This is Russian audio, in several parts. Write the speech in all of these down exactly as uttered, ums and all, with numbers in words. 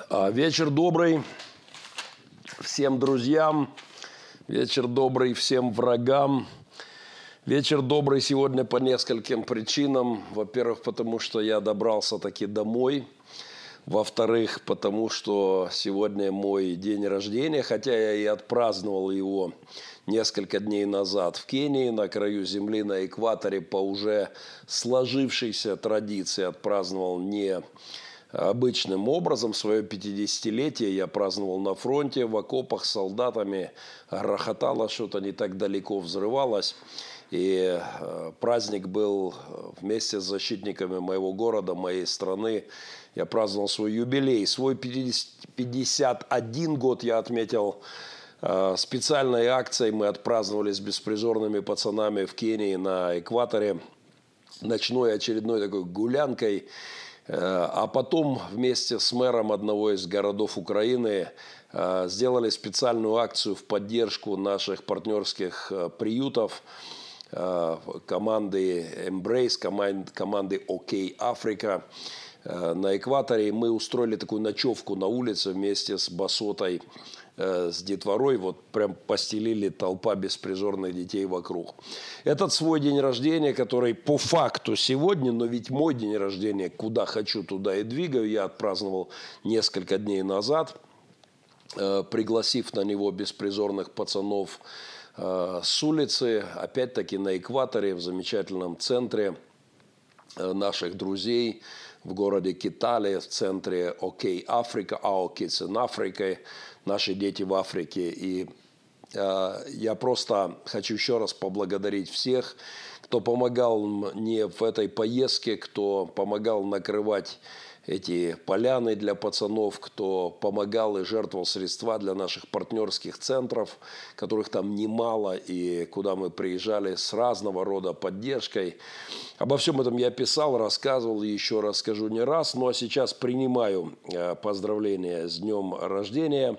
Вечер добрый всем друзьям, вечер добрый всем врагам. Вечер добрый сегодня по нескольким причинам. Во-первых, потому что я добрался таки домой. Во-вторых, потому что сегодня мой день рождения, хотя я и отпраздновал его несколько дней назад в Кении, на краю земли, на экваторе, по уже сложившейся традиции отпраздновал не обычным образом. Свое пятидесятилетие я праздновал на фронте, в окопах с солдатами, грохотало что-то, не так далеко взрывалось. И праздник был вместе с защитниками моего города, моей страны. Я праздновал свой юбилей. Свой пятьдесят один год я отметил специальной акцией. Мы отпраздновали с беспризорными пацанами в Кении на экваторе ночной очередной такой гулянкой. А потом вместе с мэром одного из городов Украины сделали специальную акцию в поддержку наших партнерских приютов, команды Embrace, команды OK Africa на экваторе. Мы устроили такую ночевку на улице вместе с басотой, с детворой. Вот прям постелили толпа беспризорных детей вокруг. Этот свой день рождения, который по факту сегодня, но ведь мой день рождения, куда хочу, туда и двигаю, я отпраздновал несколько дней назад, пригласив на него беспризорных пацанов с улицы, опять-таки на экваторе, в замечательном центре наших друзей в городе Китале, в центре OK Africa, Our Kids in Africa, наши дети в Африке. И э, я просто хочу еще раз поблагодарить всех, кто помогал мне в этой поездке, кто помогал накрывать эти поляны для пацанов, кто помогал и жертвовал средства для наших партнерских центров, которых там немало, и куда мы приезжали с разного рода поддержкой. Обо всем этом я писал, рассказывал, и еще раз скажу не раз. Ну а сейчас принимаю поздравления с днем рождения.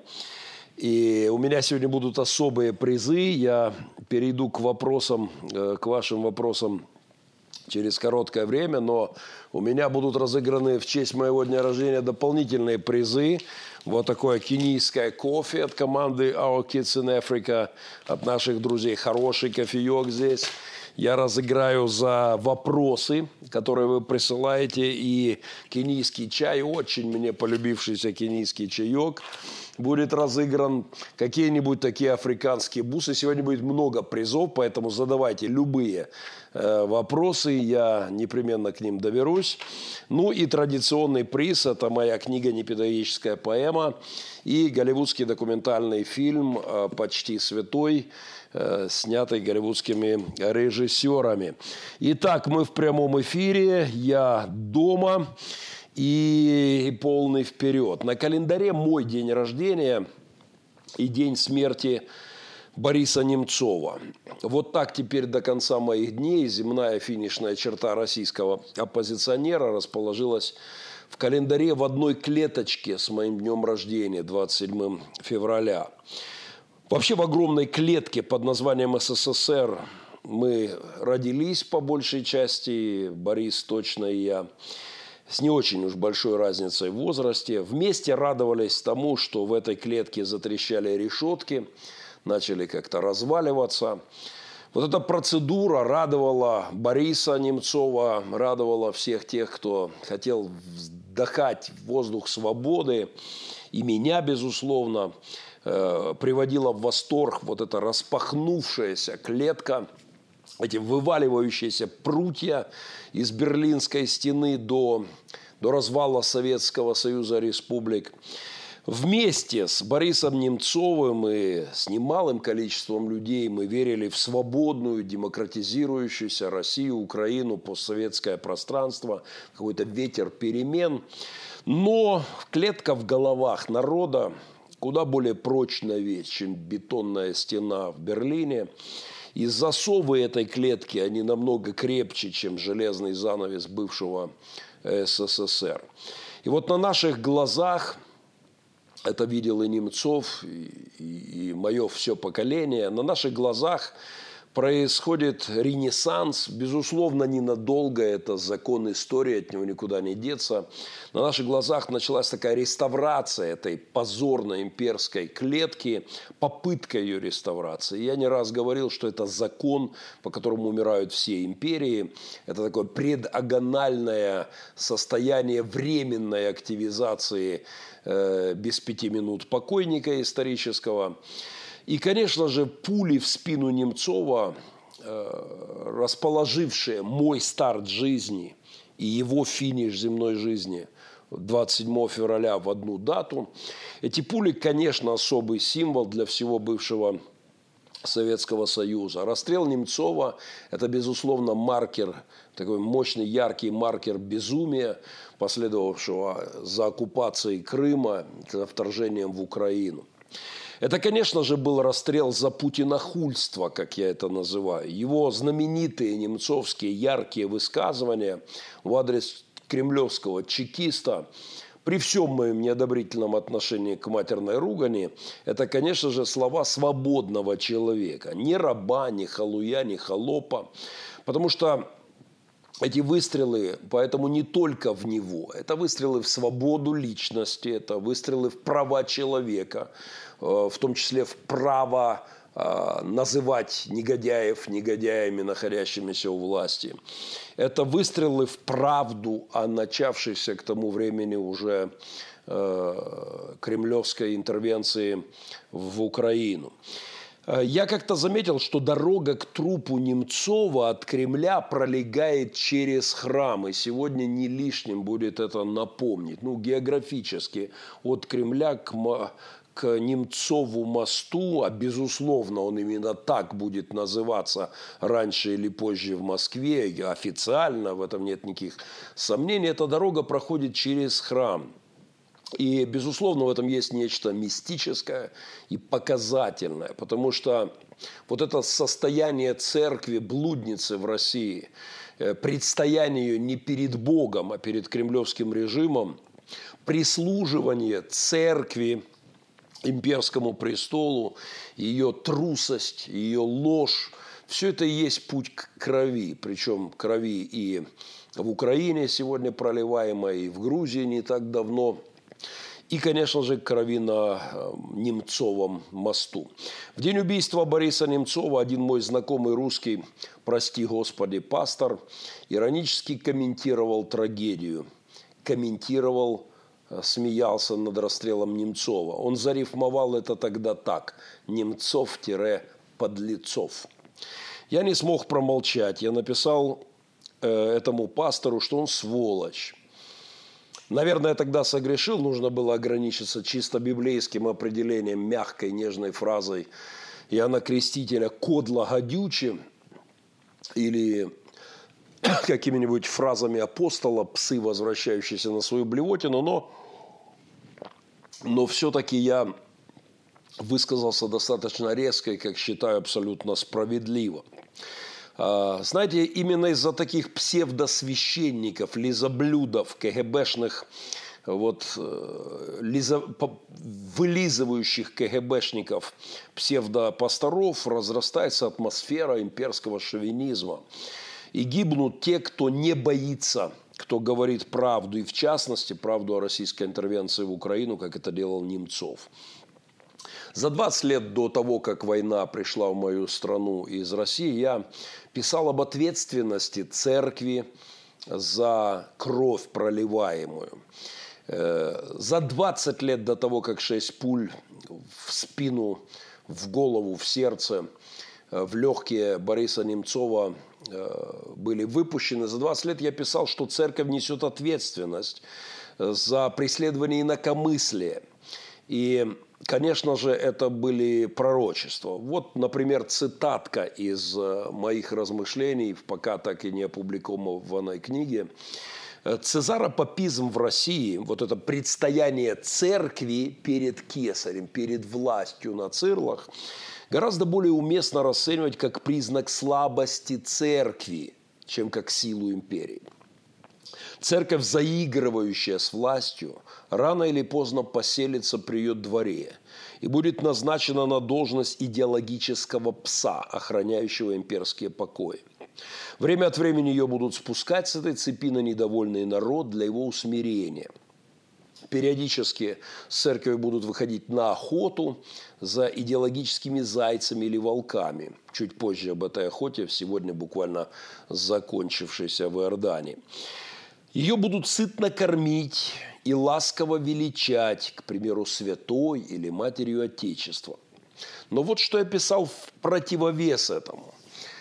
И у меня сегодня будут особые призы. Я перейду к вопросам, к вашим вопросам через короткое время, но у меня будут разыграны в честь моего дня рождения дополнительные призы. Вот такое кенийское кофе от команды Our Kids in Africa, от наших друзей. Хороший кофеек здесь. Я разыграю за вопросы, которые вы присылаете. И кенийский чай, очень мне полюбившийся кенийский чаек, будет разыгран. Какие-нибудь такие африканские бусы. Сегодня будет много призов, поэтому задавайте любые э, вопросы. Я непременно к ним доберусь. Ну и традиционный приз – это моя книга «Непедагогическая поэма» и голливудский документальный фильм «Почти святой», снятый голливудскими режиссерами. Итак, мы в прямом эфире. Я дома. И полный вперед. На календаре мой день рождения и день смерти Бориса Немцова. Вот так теперь до конца моих дней земная финишная черта российского оппозиционера расположилась в календаре в одной клеточке с моим днем рождения, двадцать седьмого февраля. Вообще в огромной клетке под названием СССР мы родились по большей части, Борис точно и я, с не очень уж большой разницей в возрасте. Вместе радовались тому, что в этой клетке затрещали решетки, начали как-то разваливаться. Вот эта процедура радовала Бориса Немцова, радовала всех тех, кто хотел вдыхать воздух свободы, и меня, безусловно, приводила в восторг вот эта распахнувшаяся клетка, эти вываливающиеся прутья из Берлинской стены до, до развала Советского Союза республик. Вместе с Борисом Немцовым и с немалым количеством людей мы верили в свободную, демократизирующуюся Россию, Украину, постсоветское пространство, какой-то ветер перемен. Но клетка в головах народа куда более прочная вещь, чем бетонная стена в Берлине. И засовы этой клетки, они намного крепче, чем железный занавес бывшего СССР. И вот на наших глазах, это видел и Немцов, и, и, и мое все поколение, на наших глазах происходит ренессанс, безусловно, ненадолго, это закон истории, от него никуда не деться. На наших глазах началась такая реставрация этой позорной имперской клетки, попытка ее реставрации. Я не раз говорил, что это закон, по которому умирают все империи. Это такое предагональное состояние временной активизации э, без пяти минут покойника исторического. И, конечно же, пули в спину Немцова, расположившие мой старт жизни и его финиш земной жизни двадцать седьмого февраля в одну дату, эти пули, конечно, особый символ для всего бывшего Советского Союза. Расстрел Немцова – это, безусловно, маркер, такой мощный, яркий маркер безумия, последовавшего за оккупацией Крыма, за вторжением в Украину. Это, конечно же, был расстрел за путинохульство, как я это называю. Его знаменитые немцовские яркие высказывания в адрес кремлевского чекиста, при всем моем неодобрительном отношении к матерной ругани, это, конечно же, слова свободного человека. Ни раба, ни халуя, ни холопа. Потому что эти выстрелы, поэтому не только в него. Это выстрелы в свободу личности, это выстрелы в права человека, в том числе в право называть негодяев негодяями, находящимися у власти. Это выстрелы в правду о начавшейся к тому времени уже кремлевской интервенции в Украину. Я как-то заметил, что дорога к трупу Немцова от Кремля пролегает через храм. И сегодня не лишним будет это напомнить. Ну, географически от Кремля к, к Немцову мосту, а безусловно он именно так будет называться раньше или позже в Москве, официально, в этом нет никаких сомнений, эта дорога проходит через храм. И, безусловно, в этом есть нечто мистическое и показательное, потому что вот это состояние церкви, блудницы в России, предстояние ее не перед Богом, а перед кремлевским режимом, прислуживание церкви имперскому престолу, ее трусость, ее ложь, все это и есть путь к крови, причем крови и в Украине сегодня проливаемой, и в Грузии не так давно. И, конечно же, крови на Немцовом мосту. В день убийства Бориса Немцова один мой знакомый русский, прости господи, пастор, иронически комментировал трагедию. Комментировал, смеялся над расстрелом Немцова. Он зарифмовал это тогда так. Немцов-подлецов. Я не смог промолчать. Я написал э, этому пастору, что он сволочь. Наверное, я тогда согрешил, нужно было ограничиться чисто библейским определением, мягкой, нежной фразой Иоанна Крестителя «кодла гадюче» или какими-нибудь фразами апостола «псы, возвращающиеся на свою блевотину», но, но все-таки я высказался достаточно резко и, как считаю, абсолютно справедливо. Знаете, именно из-за таких псевдосвященников, лизоблюдов, КГБшных, вот, лизо, вылизывающих КГБшников, псевдопасторов, разрастается атмосфера имперского шовинизма. И гибнут те, кто не боится, кто говорит правду, и в частности, правду о российской интервенции в Украину, как это делал Немцов. За двадцать лет до того, как война пришла в мою страну из России, я писал об ответственности церкви за кровь проливаемую. За двадцать лет до того, как шесть пуль в спину, в голову, в сердце, в легкие Бориса Немцова были выпущены, за двадцать лет я писал, что церковь несет ответственность за преследование инакомыслия. И, конечно же, это были пророчества. Вот, например, цитатка из моих размышлений в пока так и не опубликованной книге. Цезаропапизм в России, вот это предстояние церкви перед кесарем, перед властью на цирлах, гораздо более уместно расценивать как признак слабости церкви, чем как силу империи. Церковь, заигрывающая с властью, рано или поздно поселится при ее дворе и будет назначена на должность идеологического пса, охраняющего имперские покои. Время от времени ее будут спускать с этой цепи на недовольный народ для его усмирения. Периодически с церкви будут выходить на охоту за идеологическими зайцами или волками. Чуть позже об этой охоте, сегодня буквально закончившейся в Иордании. Ее будут сытно кормить и ласково величать, к примеру, святой или матерью Отечества. Но вот что я писал в противовес этому,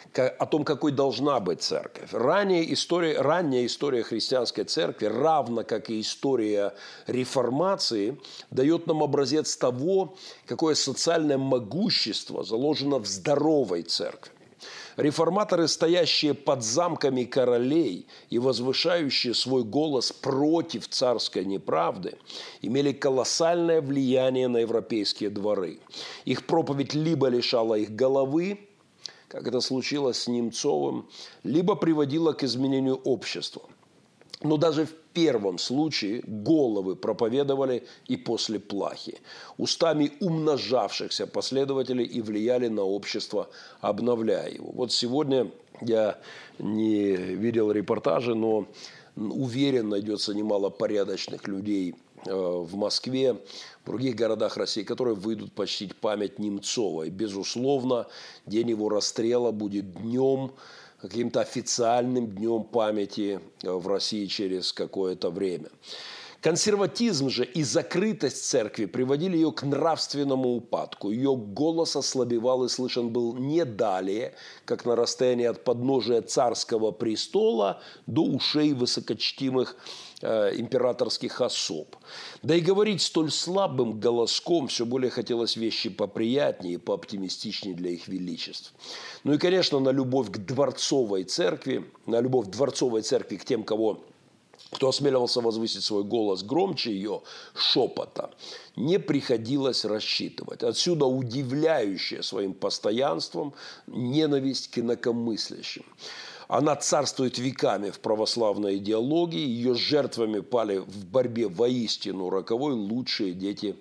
о том, какой должна быть церковь. Ранняя история, ранняя история христианской церкви, равно как и история реформации, дает нам образец того, какое социальное могущество заложено в здоровой церкви. Реформаторы, стоящие под замками королей и возвышающие свой голос против царской неправды, имели колоссальное влияние на европейские дворы. Их проповедь либо лишала их головы, как это случилось с Немцовым, либо приводила к изменению общества. Но даже в первом случае головы проповедовали и после плахи, устами умножавшихся последователей и влияли на общество, обновляя его. Вот сегодня я не видел репортажи, но уверен, найдется немало порядочных людей в Москве, в других городах России, которые выйдут почтить память Немцова. И, безусловно, день его расстрела будет днем, каким-то официальным днем памяти в России через какое-то время. Консерватизм же и закрытость церкви приводили ее к нравственному упадку. Ее голос ослабевал и слышен был не далее, как на расстоянии от подножия царского престола до ушей высокочтимых э, императорских особ. Да и говорить столь слабым голоском все более хотелось вещи поприятнее и пооптимистичнее для их величеств. Ну и, конечно, на любовь к дворцовой церкви, на любовь дворцовой церкви к тем, кого... кто осмеливался возвысить свой голос громче ее шепота, не приходилось рассчитывать. Отсюда удивляющая своим постоянством ненависть к инакомыслящим. Она царствует веками в православной идеологии, ее жертвами пали в борьбе воистину роковой лучшие дети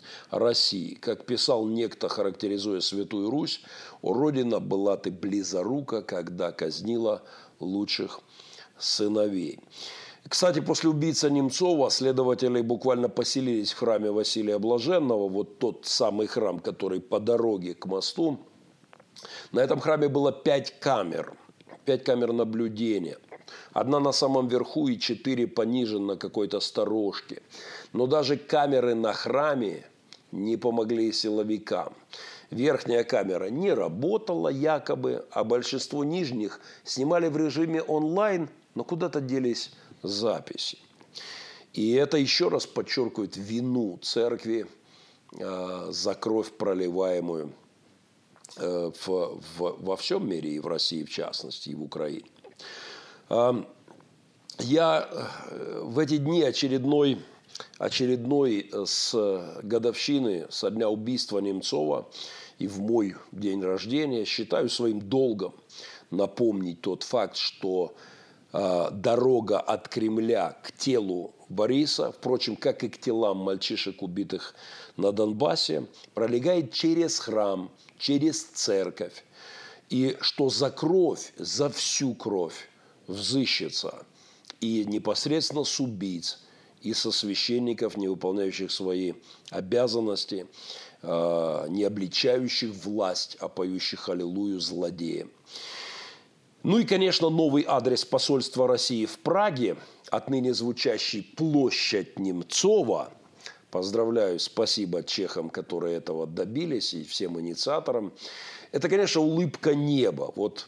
России. Как писал некто, характеризуя Святую Русь, «О, Родина, была ты близорука, когда казнила лучших сыновей». Кстати, после убийцы Немцова следователи буквально поселились в храме Василия Блаженного, вот тот самый храм, который по дороге к мосту. На этом храме было пять камер, пять камер наблюдения. Одна на самом верху и четыре пониже на какой-то сторожке. Но даже камеры на храме не помогли силовикам. Верхняя камера не работала якобы, а большинство нижних снимали в режиме онлайн, но куда-то делись записи. И это еще раз подчеркивает вину церкви э, за кровь, проливаемую э, в, в, во всем мире, и в России в частности, и в Украине. Э, я в эти дни очередной, очередной с годовщины, со дня убийства Немцова и в мой день рождения считаю своим долгом напомнить тот факт, что дорога от Кремля к телу Бориса, впрочем, как и к телам мальчишек, убитых на Донбассе, пролегает через храм, через церковь. И что за кровь, за всю кровь взыщется и непосредственно с убийц, и со священников, не выполняющих свои обязанности, не обличающих власть, а поющих аллилуйю злодеям. Ну и, конечно, новый адрес посольства России в Праге, отныне звучащий «Площадь Немцова». Поздравляю, спасибо чехам, которые этого добились, и всем инициаторам. Это, конечно, улыбка неба. Вот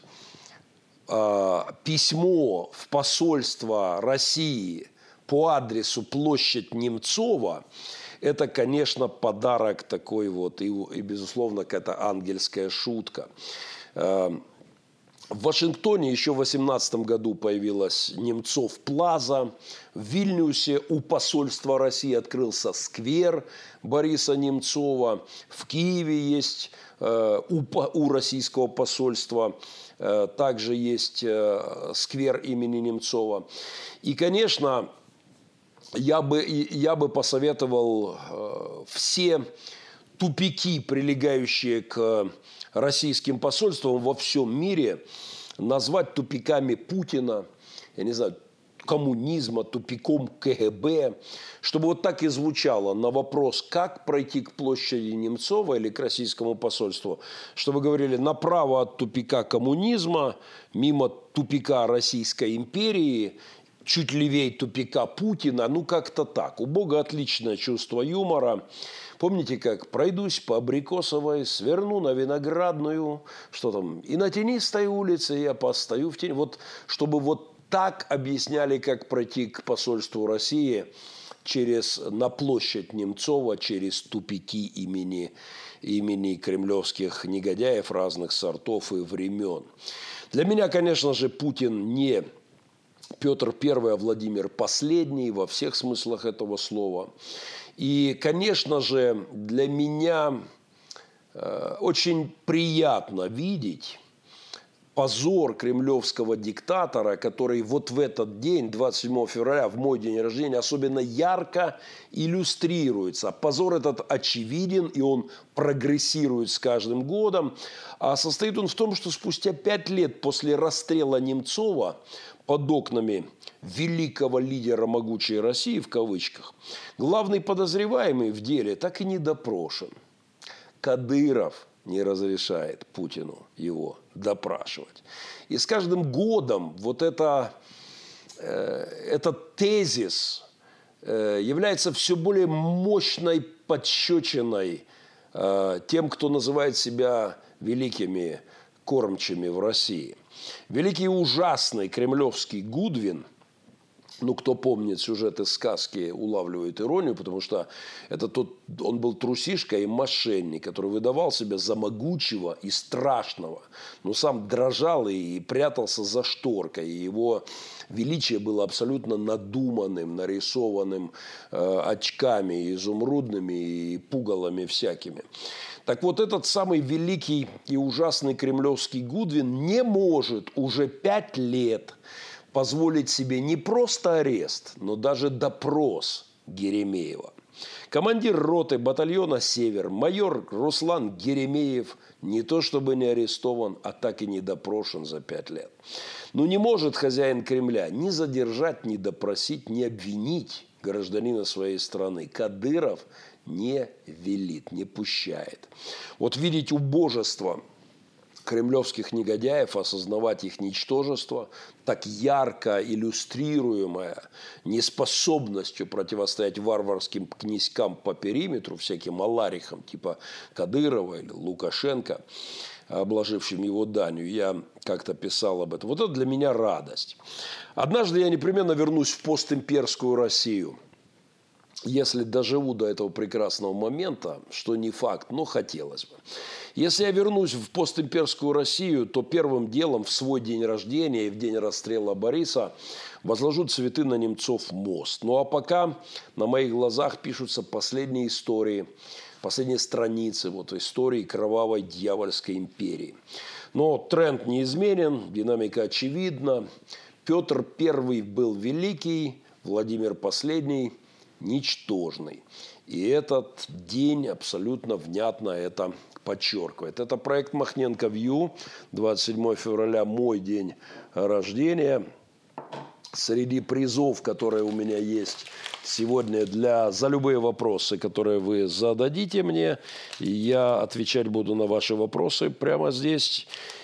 э, письмо в посольство России по адресу «Площадь Немцова» – это, конечно, подарок такой вот, и, и безусловно, какая-то ангельская шутка. Э, В Вашингтоне еще в две тысячи восемнадцатом году появилась Немцов Плаза. В Вильнюсе у посольства России открылся сквер Бориса Немцова. В Киеве есть э, у, у российского посольства э, также есть э, сквер имени Немцова. И, конечно, я бы, я бы посоветовал э, все тупики, прилегающие к российским посольствам во всем мире, назвать тупиками Путина, я не знаю, коммунизма, тупиком ка гэ бэ, чтобы вот так и звучало на вопрос, как пройти к площади Немцова или к российскому посольству, чтобы говорили направо от тупика коммунизма, мимо тупика Российской империи, чуть левее тупика Путина, ну как-то так. У Бога отличное чувство юмора. Помните, как пройдусь по Абрикосовой, сверну на Виноградную, что там, и на тенистой улице я постою в тени. Вот, чтобы вот так объясняли, как пройти к посольству России через, на площадь Немцова, через тупики имени, имени кремлевских негодяев разных сортов и времен. Для меня, конечно же, Путин не Петр Первый, а Владимир Последний во всех смыслах этого слова. И, конечно же, для меня э, очень приятно видеть позор кремлевского диктатора, который вот в этот день, двадцать седьмого февраля, в мой день рождения, особенно ярко иллюстрируется. Позор этот очевиден, и он прогрессирует с каждым годом. А состоит он в том, что спустя пять лет после расстрела Немцова под окнами великого лидера могучей России, в кавычках, главный подозреваемый в деле так и не допрошен. Кадыров не разрешает Путину его допрашивать. И с каждым годом вот это, э, этот тезис э, является все более мощной пощечиной э, тем, кто называет себя великими кормчими в России. Великий и ужасный кремлевский Гудвин, ну, кто помнит сюжеты сказки, улавливает иронию, потому что это тот, он был трусишка и мошенник, который выдавал себя за могучего и страшного, но сам дрожал и прятался за шторкой, и его величие было абсолютно надуманным, нарисованным э, очками изумрудными и пугалами всякими. Так вот, этот самый великий и ужасный кремлевский Гудвин не может уже пять лет позволить себе не просто арест, но даже допрос Геремеева. Командир роты батальона «Север» майор Руслан Геремеев не то чтобы не арестован, а так и не допрошен за пять лет. Но не может хозяин Кремля ни задержать, ни допросить, ни обвинить гражданина своей страны. Кадыров не велит, не пущает. Вот видеть убожество кремлевских негодяев, осознавать их ничтожество, так ярко иллюстрируемое неспособностью противостоять варварским князькам по периметру, всяким аларихам типа Кадырова или Лукашенко, обложившим его данью. Я как-то писал об этом. Вот это для меня радость. Однажды я непременно вернусь в постимперскую Россию. Если доживу до этого прекрасного момента, что не факт, но хотелось бы. Если я вернусь в постимперскую Россию, то первым делом в свой день рождения и в день расстрела Бориса возложу цветы на Немцов мост. Ну а пока на моих глазах пишутся последние истории, последние страницы вот истории кровавой дьявольской империи. Но тренд неизменен, динамика очевидна. Петр Первый был великий, Владимир Последний ничтожный. И этот день абсолютно внятно это подчеркивает. Это проект Махненко Вью. двадцать седьмого февраля мой день рождения. Среди призов, которые у меня есть сегодня для, за любые вопросы, которые вы зададите мне, я отвечать буду на ваши вопросы прямо здесь.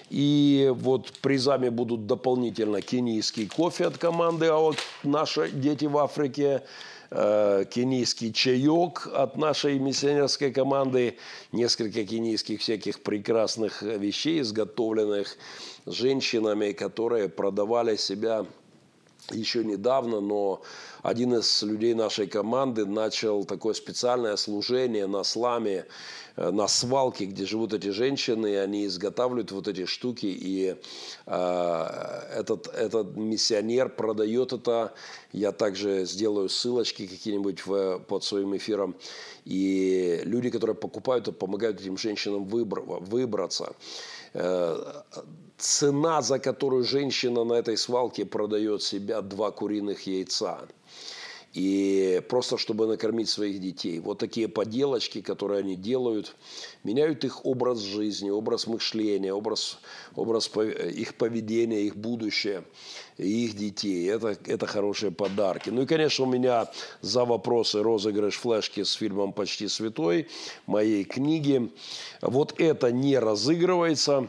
И вот призами будут дополнительно кенийский кофе от команды «А вот наши дети в Африке», кенийский чаек от нашей миссионерской команды, несколько кенийских всяких прекрасных вещей, изготовленных женщинами, которые продавали себя еще недавно, но один из людей нашей команды начал такое специальное служение на сламе, на свалке, где живут эти женщины, и они изготавливают вот эти штуки, и э, этот, этот миссионер продает это. Я также сделаю ссылочки какие-нибудь в, под своим эфиром. И люди, которые покупают, помогают этим женщинам выбр, выбраться. Э, цена, за которую женщина на этой свалке продает себя, два куриных яйца. И просто чтобы накормить своих детей. Вот такие поделочки, которые они делают, меняют их образ жизни, образ мышления, образ, образ их поведения, их будущее, и их детей. Это, это хорошие подарки. Ну и, конечно, у меня за вопросы розыгрыш флешки с фильмом «Почти святой», моей книги. Вот это не разыгрывается.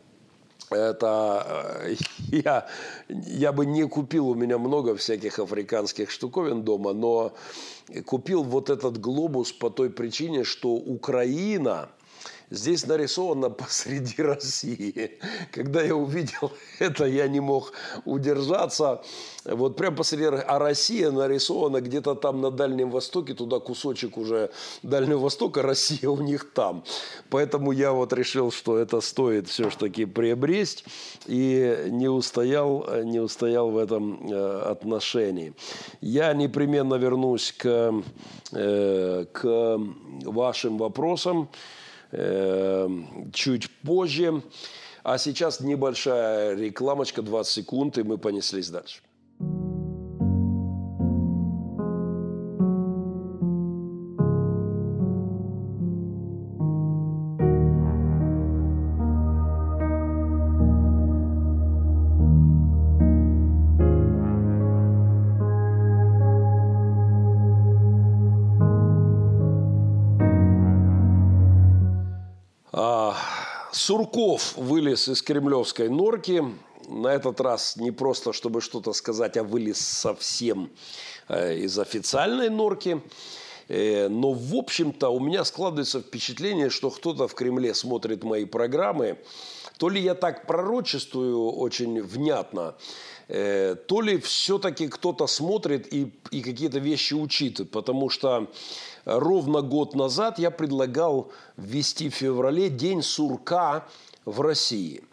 Это я, я бы не купил, у меня много всяких африканских штуковин дома, но купил вот этот глобус по той причине, что Украина здесь нарисована посреди России. Когда я увидел это, я не мог удержаться. Вот прям посреди, а Россия нарисована где-то там на Дальнем Востоке, туда кусочек уже Дальнего Востока, Россия у них там. Поэтому я вот решил, что это стоит все-таки приобрести, и не устоял, не устоял в этом отношении. Я непременно вернусь к, к вашим вопросам чуть позже. А сейчас небольшая рекламочка, двадцать секунд, и мы понеслись дальше. Сурков вылез из кремлевской норки. На этот раз не просто, чтобы что-то сказать, а вылез совсем из официальной норки. Но, в общем-то, у меня складывается впечатление, что кто-то в Кремле смотрит мои программы. То ли я так пророчествую очень внятно, то ли все-таки кто-то смотрит и, и какие-то вещи учитывает. Потому что ровно год назад я предлагал ввести в феврале День сурка в России.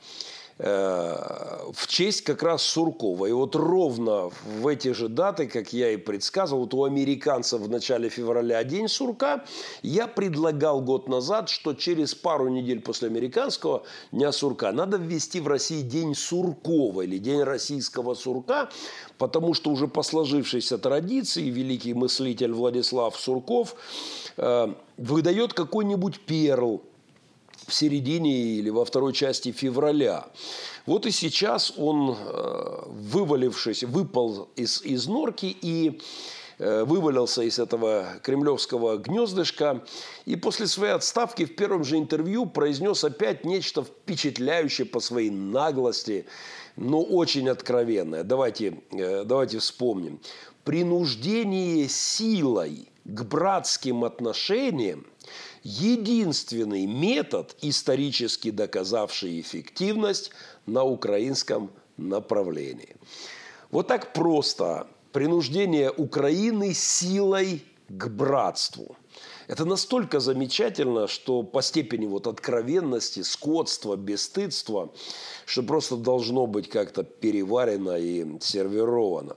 В честь как раз Суркова. И вот ровно в эти же даты, как я и предсказывал, вот у американцев в начале февраля День сурка, я предлагал год назад, что через пару недель после американского Дня сурка надо ввести в России День Суркова или День российского сурка, потому что уже по сложившейся традиции великий мыслитель Владислав Сурков э, выдает какой-нибудь перл в середине или во второй части февраля. Вот и сейчас он, вывалившись, выпал из, из норки и вывалился из этого кремлевского гнездышка. И после своей отставки в первом же интервью произнес опять нечто впечатляющее по своей наглости, но очень откровенное. Давайте, давайте вспомним. Принуждение силой к братским отношениям – единственный метод, исторически доказавший эффективность на украинском направлении. Вот так просто. Принуждение Украины силой к братству. Это настолько замечательно, что по степени вот откровенности, скотства, бесстыдства, что просто должно быть как-то переварено и сервировано.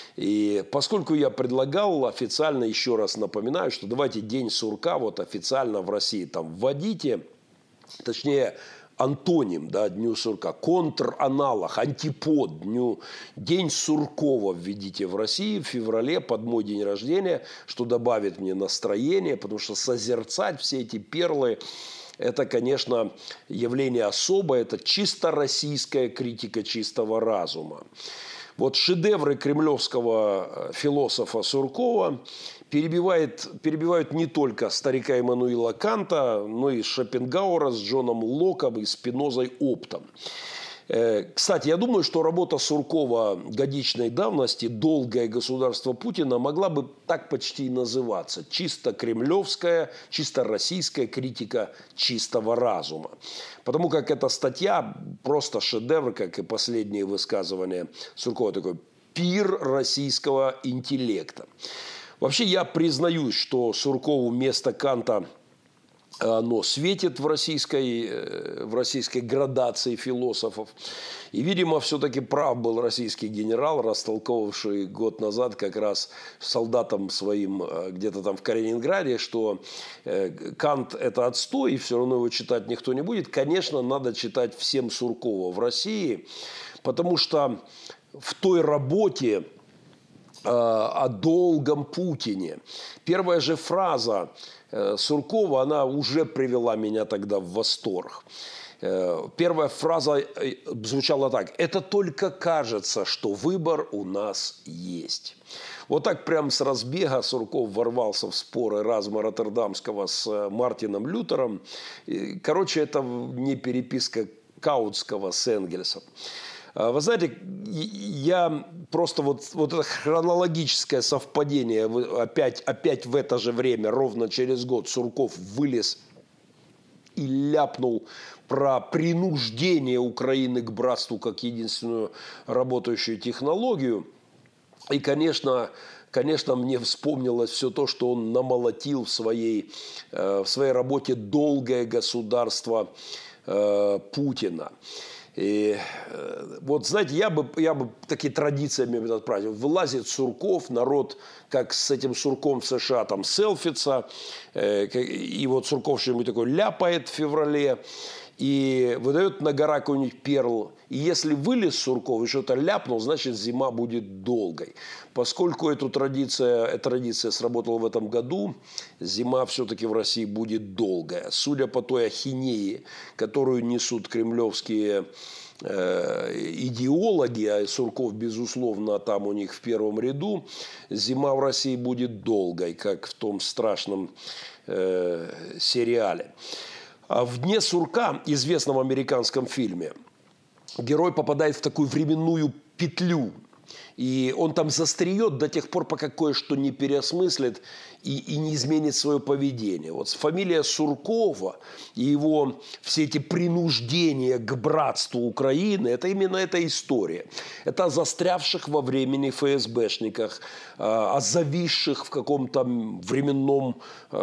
И поскольку я предлагал официально, еще раз напоминаю, что давайте День сурка вот официально в России там вводите, точнее антоним, да, Дню сурка, контраналог, антипод Дню, День Суркова введите в России в феврале под мой день рождения, что добавит мне настроение, потому что созерцать все эти перлы, это, конечно, явление особое, это чисто российская критика чистого разума. Вот шедевры кремлевского философа Суркова перебивает, перебивают не только старика Иммануила Канта, но и Шопенгауэра с Джоном Локом и Спинозой оптом. Кстати, я думаю, что работа Суркова годичной давности «Долгое государство Путина» могла бы так почти и называться. Чисто кремлевская, чисто российская критика чистого разума. Потому как эта статья просто шедевр, как и последние высказывания Суркова. Такой пир российского интеллекта. Вообще я признаюсь, что Суркову место Канта оно светит в российской, в российской градации философов. И, видимо, все-таки прав был российский генерал, растолковавший год назад как раз солдатам своим где-то там в Калининграде, что Кант – это отстой, и все равно его читать никто не будет. Конечно, надо читать всем Суркова в России, потому что в той работе о долгом Путине первая же фраза Суркова, она уже привела меня тогда в восторг. Первая фраза звучала так: «Это только кажется, что выбор у нас есть». Вот так прям с разбега Сурков ворвался в споры Эразма Роттердамского с Мартином Лютером. Короче, это не переписка Каутского с Энгельсом. Вы знаете, я просто вот, вот это хронологическое совпадение, опять, опять в это же время, ровно через год, Сурков вылез и ляпнул про принуждение Украины к братству как единственную работающую технологию. И, конечно, конечно, мне вспомнилось все то, что он намолотил в своей, в своей работе «Долгое государство» Путина. И вот, знаете, я бы, я бы такими традициями этот праздник. Вылазит Сурков, народ, как с этим Сурком в США, там селфится. И вот Сурков что-нибудь такое ляпает в феврале. И выдает на гора какой-нибудь перл. И если вылез Сурков и что-то ляпнул, значит, зима будет долгой. Поскольку эту традиция, эта традиция сработала в этом году, зима все-таки в России будет долгая. Судя по той ахинеи, которую несут кремлевские э, идеологи, а Сурков, безусловно, там у них в первом ряду, зима в России будет долгой, как в том страшном э, сериале. А в «Дне сурка», известном американском фильме, герой попадает в такую временную петлю. И он там застреет до тех пор, пока кое-что не переосмыслит и, и не изменит свое поведение. Вот фамилия Суркова и его все эти принуждения к братству Украины – это именно эта история. Это о застрявших во времени эф эс бэшниках, о зависших в каком-то временном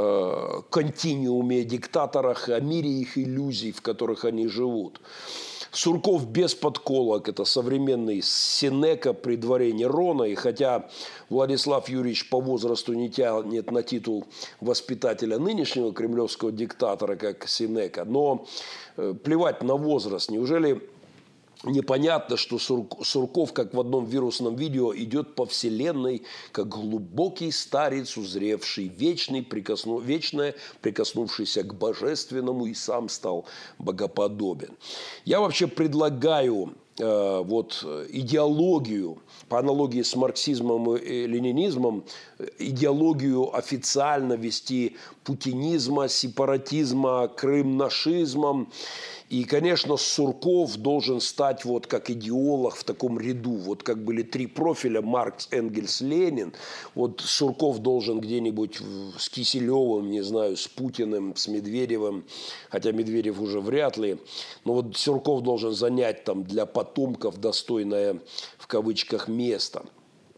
континууме диктаторах, о мире их иллюзий, в которых они живут. Сурков без подколок – это современный Сенека при дворе Нерона. И хотя Владислав Юрьевич по возрасту не тянет на титул воспитателя нынешнего кремлевского диктатора, как Сенека, но плевать на возраст. Неужели непонятно, что Сурков, как в одном вирусном видео, идет по вселенной, как глубокий старец, узревший вечный, прикосну... вечное, прикоснувшийся к божественному, и сам стал богоподобен. Я вообще предлагаю э, вот, идеологию, по аналогии с марксизмом и ленинизмом, идеологию официально вести путинизма, сепаратизма, крымнашизмом. И, конечно, Сурков должен стать вот как идеолог в таком ряду. Вот как были три профиля – Маркс, Энгельс, Ленин. Вот Сурков должен где-нибудь с Киселевым, не знаю, с Путиным, с Медведевым, хотя Медведев уже вряд ли. Но вот Сурков должен занять там для потомков достойное, в кавычках, место.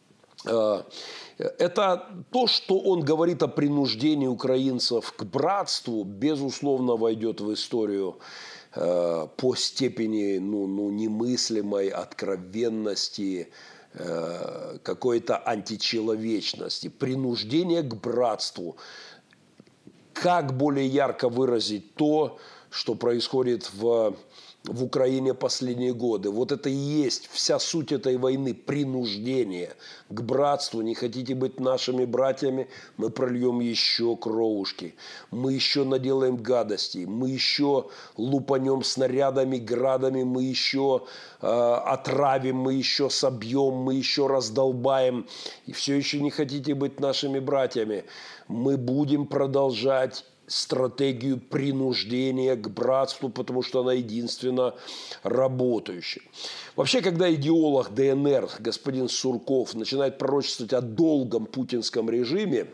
Это то, что он говорит о принуждении украинцев к братству, безусловно, войдет в историю по степени ну, ну, немыслимой откровенности, какой-то античеловечности, принуждение к братству. Как более ярко выразить то, что происходит в, в Украине последние годы? Вот это и есть вся суть этой войны – принуждение к братству. Не хотите быть нашими братьями? Мы прольем еще кровушки. Мы еще наделаем гадостей. Мы еще лупанем снарядами, градами. Мы еще э, отравим. Мы еще собьем. Мы еще раздолбаем. И все еще не хотите быть нашими братьями? Мы будем продолжать стратегию принуждения к братству, потому что она единственно работающая. Вообще, когда идеолог дэ эн эр, господин Сурков, начинает пророчествовать о долгом путинском режиме,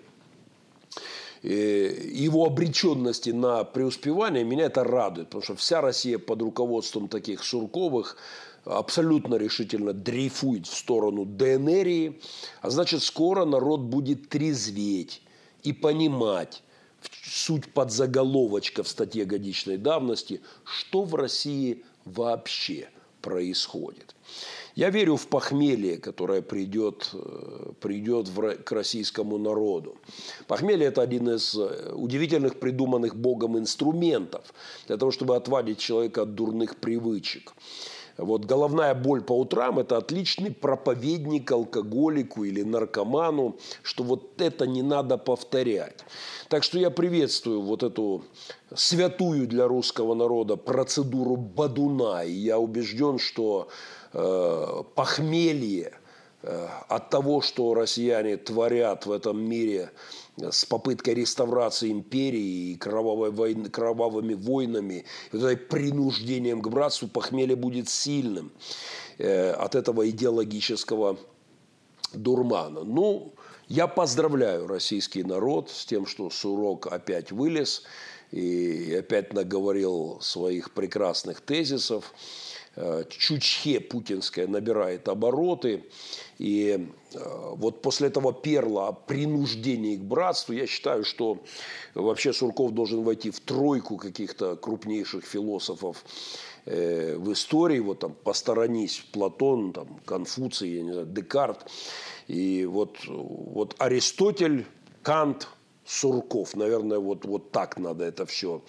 его обреченности на преуспевание, меня это радует, потому что вся Россия под руководством таких Сурковых абсолютно решительно дрейфует в сторону ДНРии, а значит, скоро народ будет трезветь и понимать суть подзаголовочка в статье годичной давности, что в России вообще происходит. Я верю в похмелье, которое придет, придет в, к российскому народу. Похмелье – это один из удивительных придуманных Богом инструментов для того, чтобы отвадить человека от дурных привычек. Вот головная боль по утрам – это отличный проповедник алкоголику или наркоману, что вот это не надо повторять. Так что я приветствую вот эту святую для русского народа процедуру бадуна. И я убежден, что э, похмелье э, от того, что россияне творят в этом мире с попыткой реставрации империи и кровавой войны, кровавыми войнами, и вот этим принуждением к братству, похмелье будет сильным э, от этого идеологического дурмана. Ну, я поздравляю российский народ с тем, что Сурок опять вылез и опять наговорил своих прекрасных тезисов. Чучхе путинская набирает обороты. И вот после этого перла о принуждении к братству, я считаю, что вообще Сурков должен войти в тройку каких-то крупнейших философов в истории. Вот там посторонись Платон, там, Конфуций, я не знаю, Декарт. И вот, вот Аристотель, Кант, Сурков. Наверное, вот, вот так надо это все.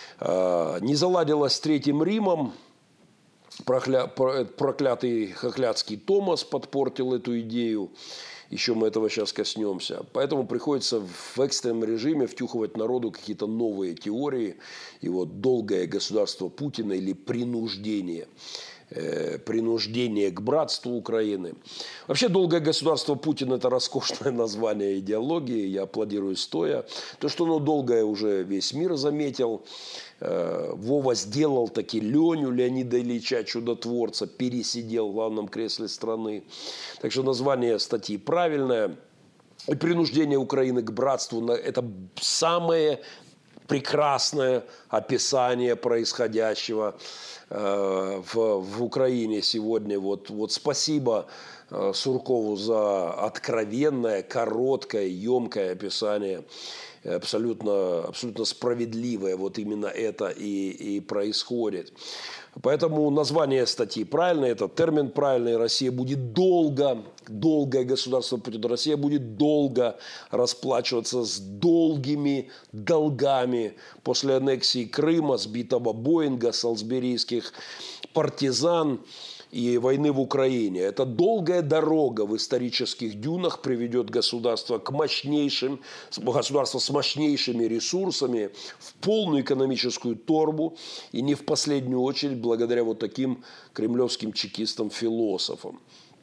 Не заладилось с Третьим Римом. Прокля... Проклятый хохлядский Томас подпортил эту идею. Еще мы этого сейчас коснемся. Поэтому приходится в экстренном режиме втюхивать народу какие-то новые теории. И вот долгое государство Путина или принуждение. принуждение к братству Украины. Вообще, долгое государство Путина – это роскошное название идеологии. Я аплодирую стоя. То, что оно долгое, уже весь мир заметил. Вова сделал таки Леню Леонида Ильича Чудотворца, пересидел в главном кресле страны. Так что название статьи правильное. И принуждение Украины к братству – это самое прекрасное описание происходящего в, в Украине сегодня. Вот, вот спасибо Суркову за откровенное, короткое, емкое описание. Абсолютно, абсолютно справедливое. Вот именно это и, и происходит. Поэтому название статьи правильное, это термин правильный. Россия будет долго, долгое государство Путина, Россия будет долго расплачиваться с долгими долгами после аннексии Крыма, сбитого Боинга, салсберийских партизан и войны в Украине. Это долгая дорога в исторических дюнах приведет государство к мощнейшим, государство с мощнейшими ресурсами в полную экономическую торбу. И не в последнюю очередь благодаря вот таким кремлевским чекистам-философам.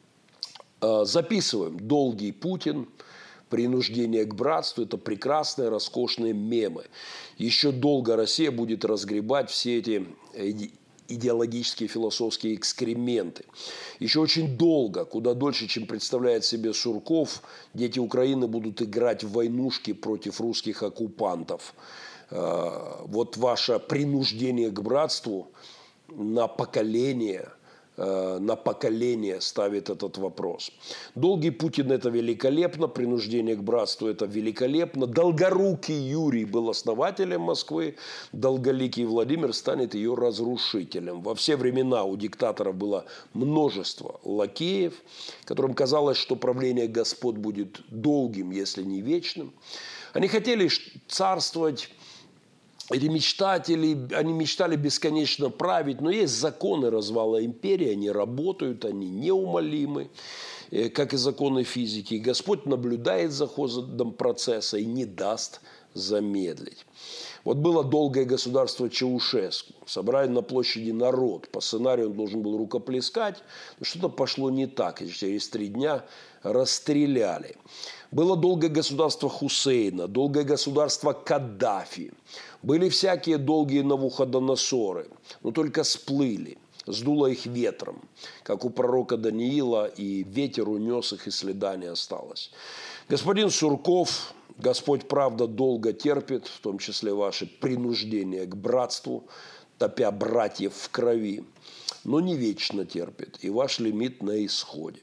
Записываем. Долгий Путин. Принуждение к братству – это прекрасные, роскошные мемы. Еще долго Россия будет разгребать все эти идеологические, философские экскременты. Еще очень долго, куда дольше, чем представляет себе Сурков, дети Украины будут играть в войнушки против русских оккупантов. Вот ваше принуждение к братству на поколение, на поколение ставит этот вопрос. Долгий Путин – это великолепно, принуждение к братству – это великолепно. Долгорукий Юрий был основателем Москвы, долголикий Владимир станет ее разрушителем. Во все времена у диктаторов было множество лакеев, которым казалось, что правление господ будет долгим, если не вечным. Они хотели царствовать. Эти мечтатели, они мечтали бесконечно править, но есть законы развала империи, они работают, они неумолимы, как и законы физики. И Господь наблюдает за ходом процесса и не даст замедлить. Вот было долгое государство Чаушеску. Собрали на площади народ. По сценарию он должен был рукоплескать, но что-то пошло не так. И через три дня расстреляли. Было долгое государство Хусейна, долгое государство Каддафи. Были всякие долгие Навуходоносоры, но только сплыли, сдуло их ветром, как у пророка Даниила, и ветер унес их, и следа не осталось. Господин Сурков, Господь, правда, долго терпит, в том числе ваши принуждения к братству, топя братьев в крови. но не вечно терпит, и ваш лимит на исходе.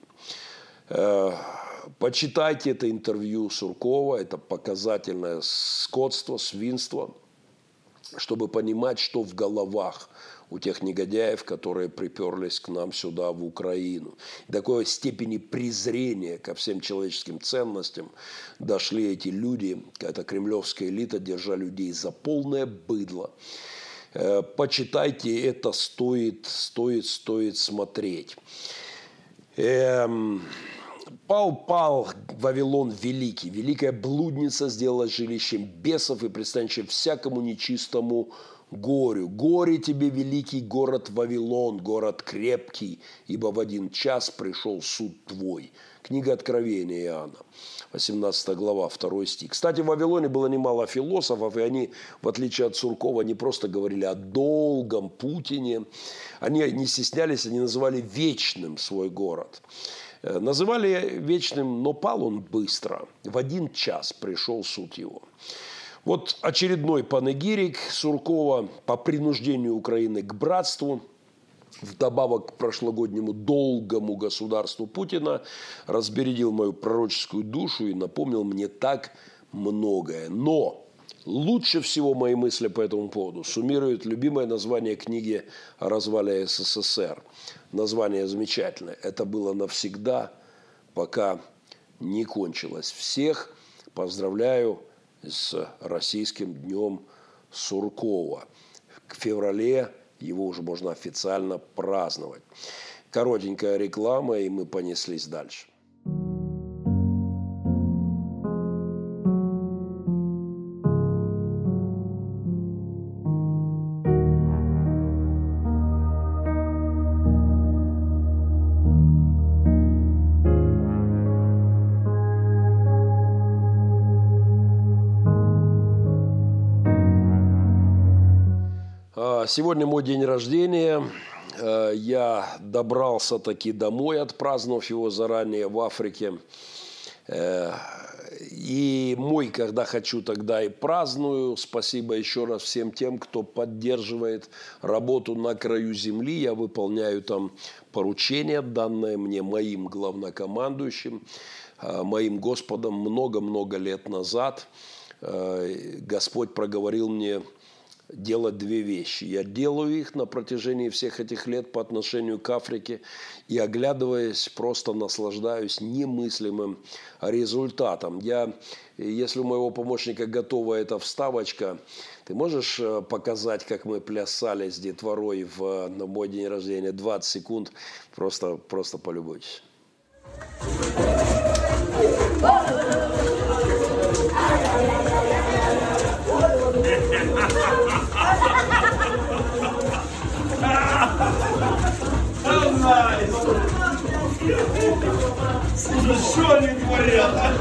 Почитайте это интервью Суркова, это показательное скотство, свинство, чтобы понимать, что в головах у тех негодяев, которые приперлись к нам сюда, в Украину. До такой степени презрения ко всем человеческим ценностям дошли эти люди, эта кремлевская элита, держа людей за полное быдло. Почитайте, это стоит, стоит, стоит смотреть. Эм... Пал, пал, Вавилон великий. Великая блудница сделала жилищем бесов и пристанищем всякому нечистому горю. Горе тебе, великий город Вавилон, город крепкий, ибо в один час пришел суд твой. Книга Откровения Иоанна, восемнадцатая глава, второй стих. Кстати, в Вавилоне было немало философов, и они, в отличие от Суркова, не просто говорили о долгом Путине. Они не стеснялись, они называли вечным свой город. Называли вечным, но пал он быстро. В один час пришел суд его. Вот очередной панегирик Суркова по принуждению Украины к братству, вдобавок к прошлогоднему долгому государству Путина, разбередил мою пророческую душу и напомнил мне так многое. Но лучше всего мои мысли по этому поводу суммирует любимое название книги о развале СССР. Название замечательное. Это было навсегда, пока не кончилось. Всех поздравляю с российским днем Суркова. В феврале его уже можно официально праздновать. Коротенькая реклама, и мы понеслись дальше. Сегодня мой день рождения. Я добрался таки домой, отпраздновав его заранее в Африке. И мой, когда хочу, тогда и праздную. Спасибо еще раз всем тем, кто поддерживает работу на краю земли. Я выполняю там поручение, данное мне моим главнокомандующим, моим Господом много-много лет назад. Господь проговорил мне делать две вещи. Я делаю их на протяжении всех этих лет по отношению к Африке и, оглядываясь, просто наслаждаюсь немыслимым результатом. Я, если у моего помощника готова эта вставочка, ты можешь показать, как мы плясали с детворой в, на мой день рождения? двадцать секунд. Просто, просто полюбуйтесь. Что они творят?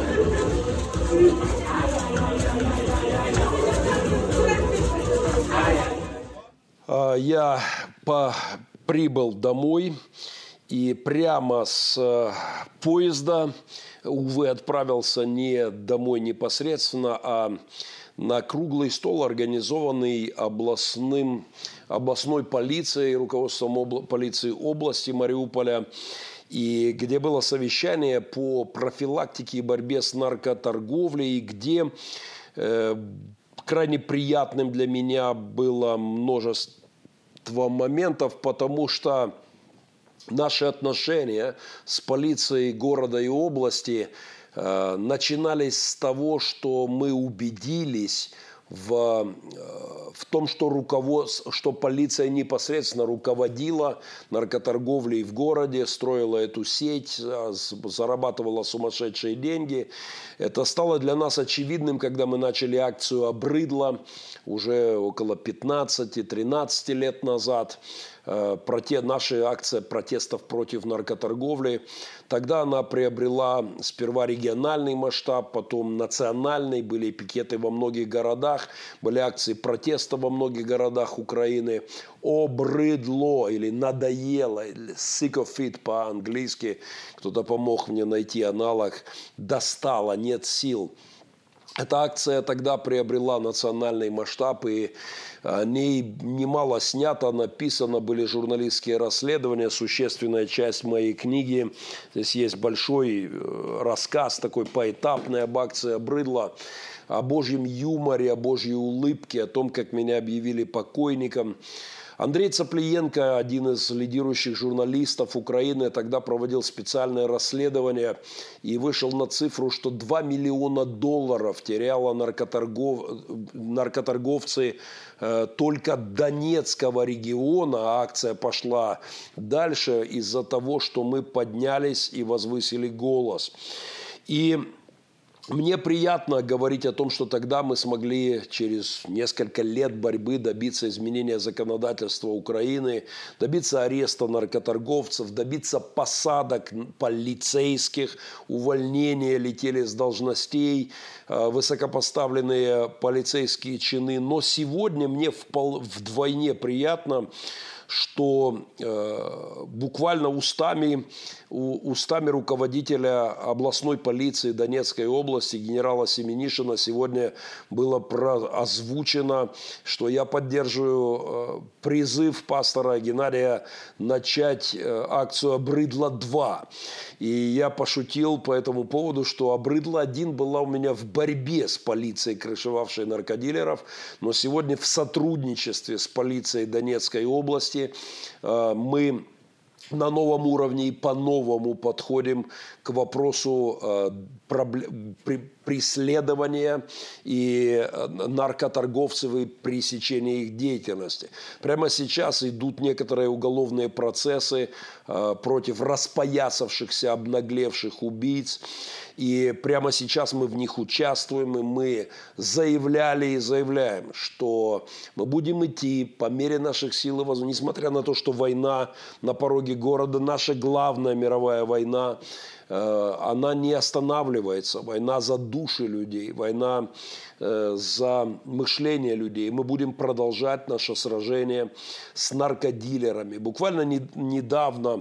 Я по... прибыл домой и прямо с поезда, увы, отправился не домой непосредственно, а на круглый стол, организованный областным, областной полицией, руководством обла- полиции области Мариуполя, и где было совещание по профилактике и борьбе с наркоторговлей, где э, крайне приятным для меня было множество моментов, потому что наши отношения с полицией города и области э, начинались с того, что мы убедились в, в том, что, руководство, что полиция непосредственно руководила наркоторговлей в городе, строила эту сеть, зарабатывала сумасшедшие деньги. Это стало для нас очевидным, когда мы начали акцию «Обрыдло» уже около пятнадцати-тринадцати лет назад. Проте, наша акция протестов против наркоторговли. Тогда она приобрела сперва региональный масштаб, потом национальный. Были пикеты во многих городах, были акции протеста во многих городах Украины. «Обрыдло» или «надоело», или «sick of it» по-английски. Кто-то помог мне найти аналог. «Достало», «нет сил». Эта акция тогда приобрела национальный масштаб, и о ней немало снято, написано, были журналистские расследования, существенная часть моей книги. Здесь есть большой рассказ такой поэтапный об акции «Обрыдло», о Божьем юморе, о Божьей улыбке, о том, как меня объявили покойником. Андрей Цаплиенко, один из лидирующих журналистов Украины, тогда проводил специальное расследование и вышел на цифру, что два миллиона долларов теряло наркоторгов... наркоторговцы э, только Донецкого региона. А акция пошла дальше из-за того, что мы поднялись и возвысили голос. И мне приятно говорить о том, что тогда мы смогли через несколько лет борьбы добиться изменения законодательства Украины, добиться ареста наркоторговцев, добиться посадок полицейских, увольнения, летели с должностей высокопоставленные полицейские чины. Но сегодня мне вдвойне приятно, что э, буквально устами, у, устами руководителя областной полиции Донецкой области генерала Семенишина сегодня было про, озвучено, что я поддерживаю э, призыв пастора Геннадия начать э, акцию «Обрыдло два». И я пошутил по этому поводу, что «Обрыдло один» была у меня в борьбе с полицией, крышевавшей наркодилеров, но сегодня в сотрудничестве с полицией Донецкой области мы на новом уровне и по-новому подходим к вопросу преследования и наркоторговцев и пресечения их деятельности. Прямо сейчас идут некоторые уголовные процессы против распоясавшихся, обнаглевших убийц. И прямо сейчас мы в них участвуем, и мы заявляли и заявляем, что мы будем идти по мере наших сил и возможностей, несмотря на то, что война на пороге города, наша главная мировая война, она не останавливается. Война за души людей, война за мышление людей. Мы будем продолжать наше сражение с наркодилерами. Буквально недавно,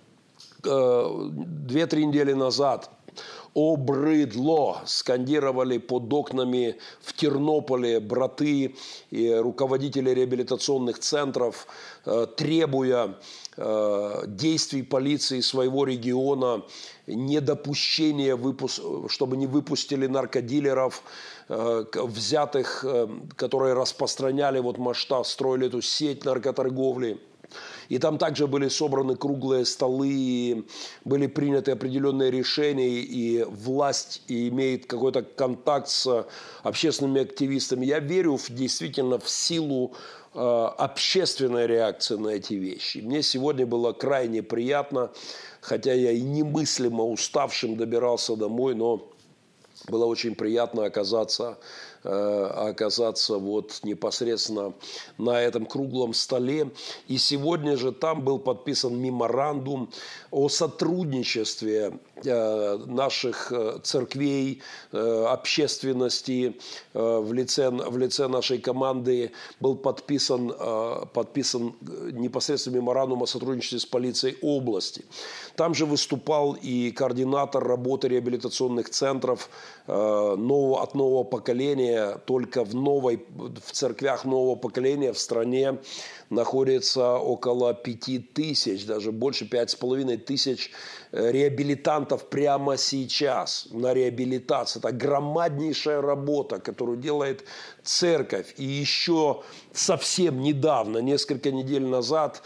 две-три недели назад, «Обрыдло» скандировали под окнами в Тернополе браты и руководители реабилитационных центров, требуя действий полиции своего региона, недопущения, чтобы не выпустили наркодилеров, взятых, которые распространяли вот масштаб, строили эту сеть наркоторговли. И там также были собраны круглые столы, и были приняты определенные решения, и власть имеет какой-то контакт с общественными активистами. Я верю в, действительно в силу э, общественной реакции на эти вещи. Мне сегодня было крайне приятно, хотя я и немыслимо уставшим добирался домой, но было очень приятно оказаться, э, оказаться вот непосредственно на этом круглом столе. И сегодня же там был подписан меморандум о сотрудничестве э, наших церквей, э, общественности э, в лице, в лице нашей команды. Был подписан, э, подписан непосредственно меморандум о сотрудничестве с полицией области. Там же выступал и координатор работы реабилитационных центров нового, от нового поколения. Только в, новой, в церквях нового поколения в стране находится около пяти тысяч, даже больше пять с половиной тысяч реабилитантов прямо сейчас на реабилитации. Это громаднейшая работа, которую делает церковь. И еще совсем недавно, несколько недель назад,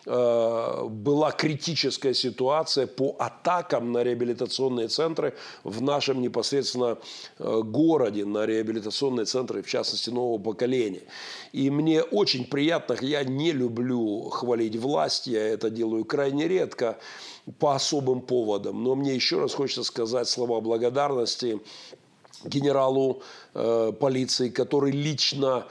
была критическая ситуация по атакам на реабилитационные центры в нашем непосредственно городе, на реабилитационные центры, в частности, нового поколения. И мне очень приятно, я не люблю хвалить власть, я это делаю крайне редко по особым поводам, но мне еще раз хочется сказать слова благодарности генералу э, полиции, который лично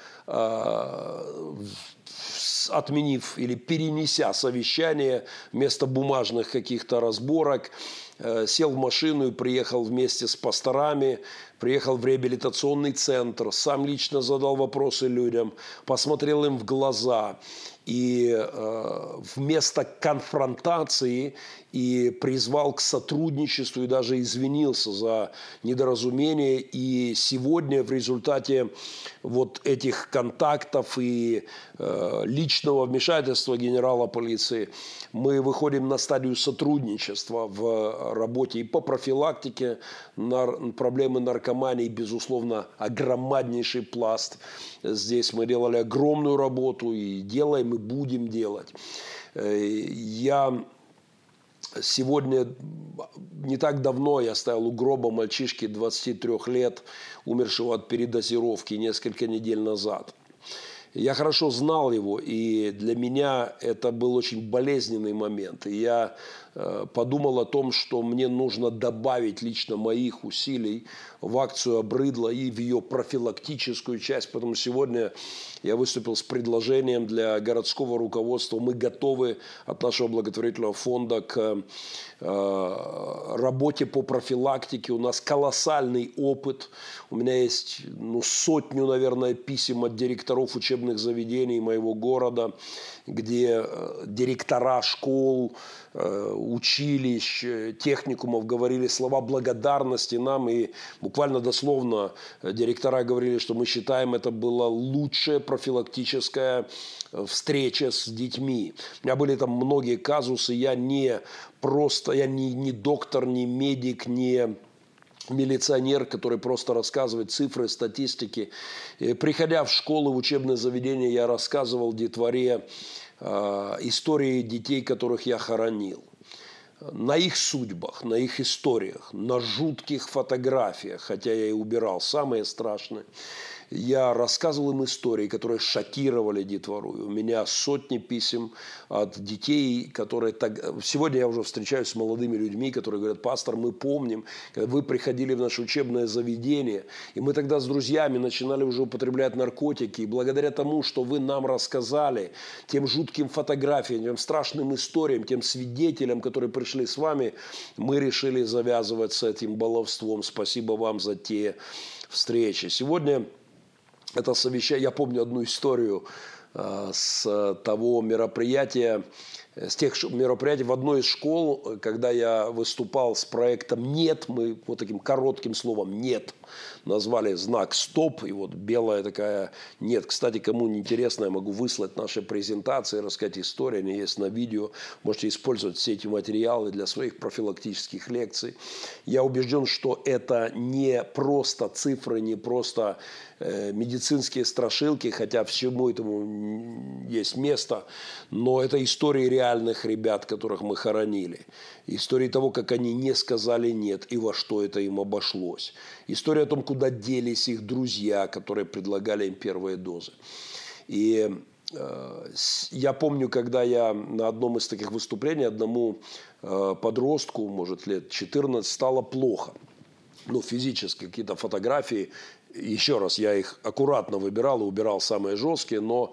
э, отменив или перенеся совещание вместо бумажных каких-то разборок, сел в машину и приехал вместе с пасторами, приехал в реабилитационный центр, сам лично задал вопросы людям, посмотрел им в глаза. И э, вместо конфронтации и призвал к сотрудничеству и даже извинился за недоразумение. И сегодня в результате вот этих контактов и э, личного вмешательства генерала полиции мы выходим на стадию сотрудничества в работе и по профилактике нар- проблемы наркомании, безусловно, огромнейший пласт. Здесь мы делали огромную работу и делаем, и будем делать. Я сегодня, не так давно, я стоял у гроба мальчишки двадцати трёх лет, умершего от передозировки несколько недель назад. Я хорошо знал его, и для меня это был очень болезненный момент. И я э, подумал о том, что мне нужно добавить лично моих усилий в акцию «Обрыдло» и в ее профилактическую часть. Потому что сегодня я выступил с предложением для городского руководства. Мы готовы от нашего благотворительного фонда к э, работе по профилактике. У нас колоссальный опыт. У меня есть ну, сотню, наверное, писем от директоров учебных заведений моего города, где директора школ, училищ, техникумов говорили слова благодарности нам. И буквально дословно директора говорили, что мы считаем, это была лучшая профилактическая встреча с детьми. У меня были там многие казусы. Я не просто, я не, не доктор, не медик, не милиционер, который просто рассказывает цифры, статистики. И, приходя в школы, в учебные заведения, я рассказывал детворе э, истории детей, которых я хоронил. На их судьбах, на их историях, на жутких фотографиях, хотя я и убирал самые страшные. Я рассказывал им истории, которые шокировали детвору. У меня сотни писем от детей, которые... Так... Сегодня я уже встречаюсь с молодыми людьми, которые говорят: пастор, мы помним, когда вы приходили в наше учебное заведение, и мы тогда с друзьями начинали уже употреблять наркотики, и благодаря тому, что вы нам рассказали, тем жутким фотографиям, тем страшным историям, тем свидетелям, которые пришли с вами, мы решили завязывать с этим баловством. Спасибо вам за те встречи. Сегодня... Это совещание, я помню одну историю э, с того мероприятия, с тех мероприятий в одной из школ, когда я выступал с проектом «Нет», мы вот таким коротким словом «Нет» назвали знак «Стоп», и вот белая такая «Нет». Кстати, кому не интересно, я могу выслать наши презентации, рассказать историю, они есть на видео, можете использовать все эти материалы для своих профилактических лекций. Я убежден, что это не просто цифры, не просто э, медицинские страшилки, хотя всему этому есть место, но это истории реальных ребят, которых мы хоронили. Истории того, как они не сказали «нет» и во что это им обошлось. История о том, куда делись их друзья, которые предлагали им первые дозы. И э, я помню, когда я на одном из таких выступлений одному э, подростку, может, лет четырнадцать, стало плохо. Ну, физически какие-то фотографии. Еще раз, я их аккуратно выбирал и убирал самые жесткие, но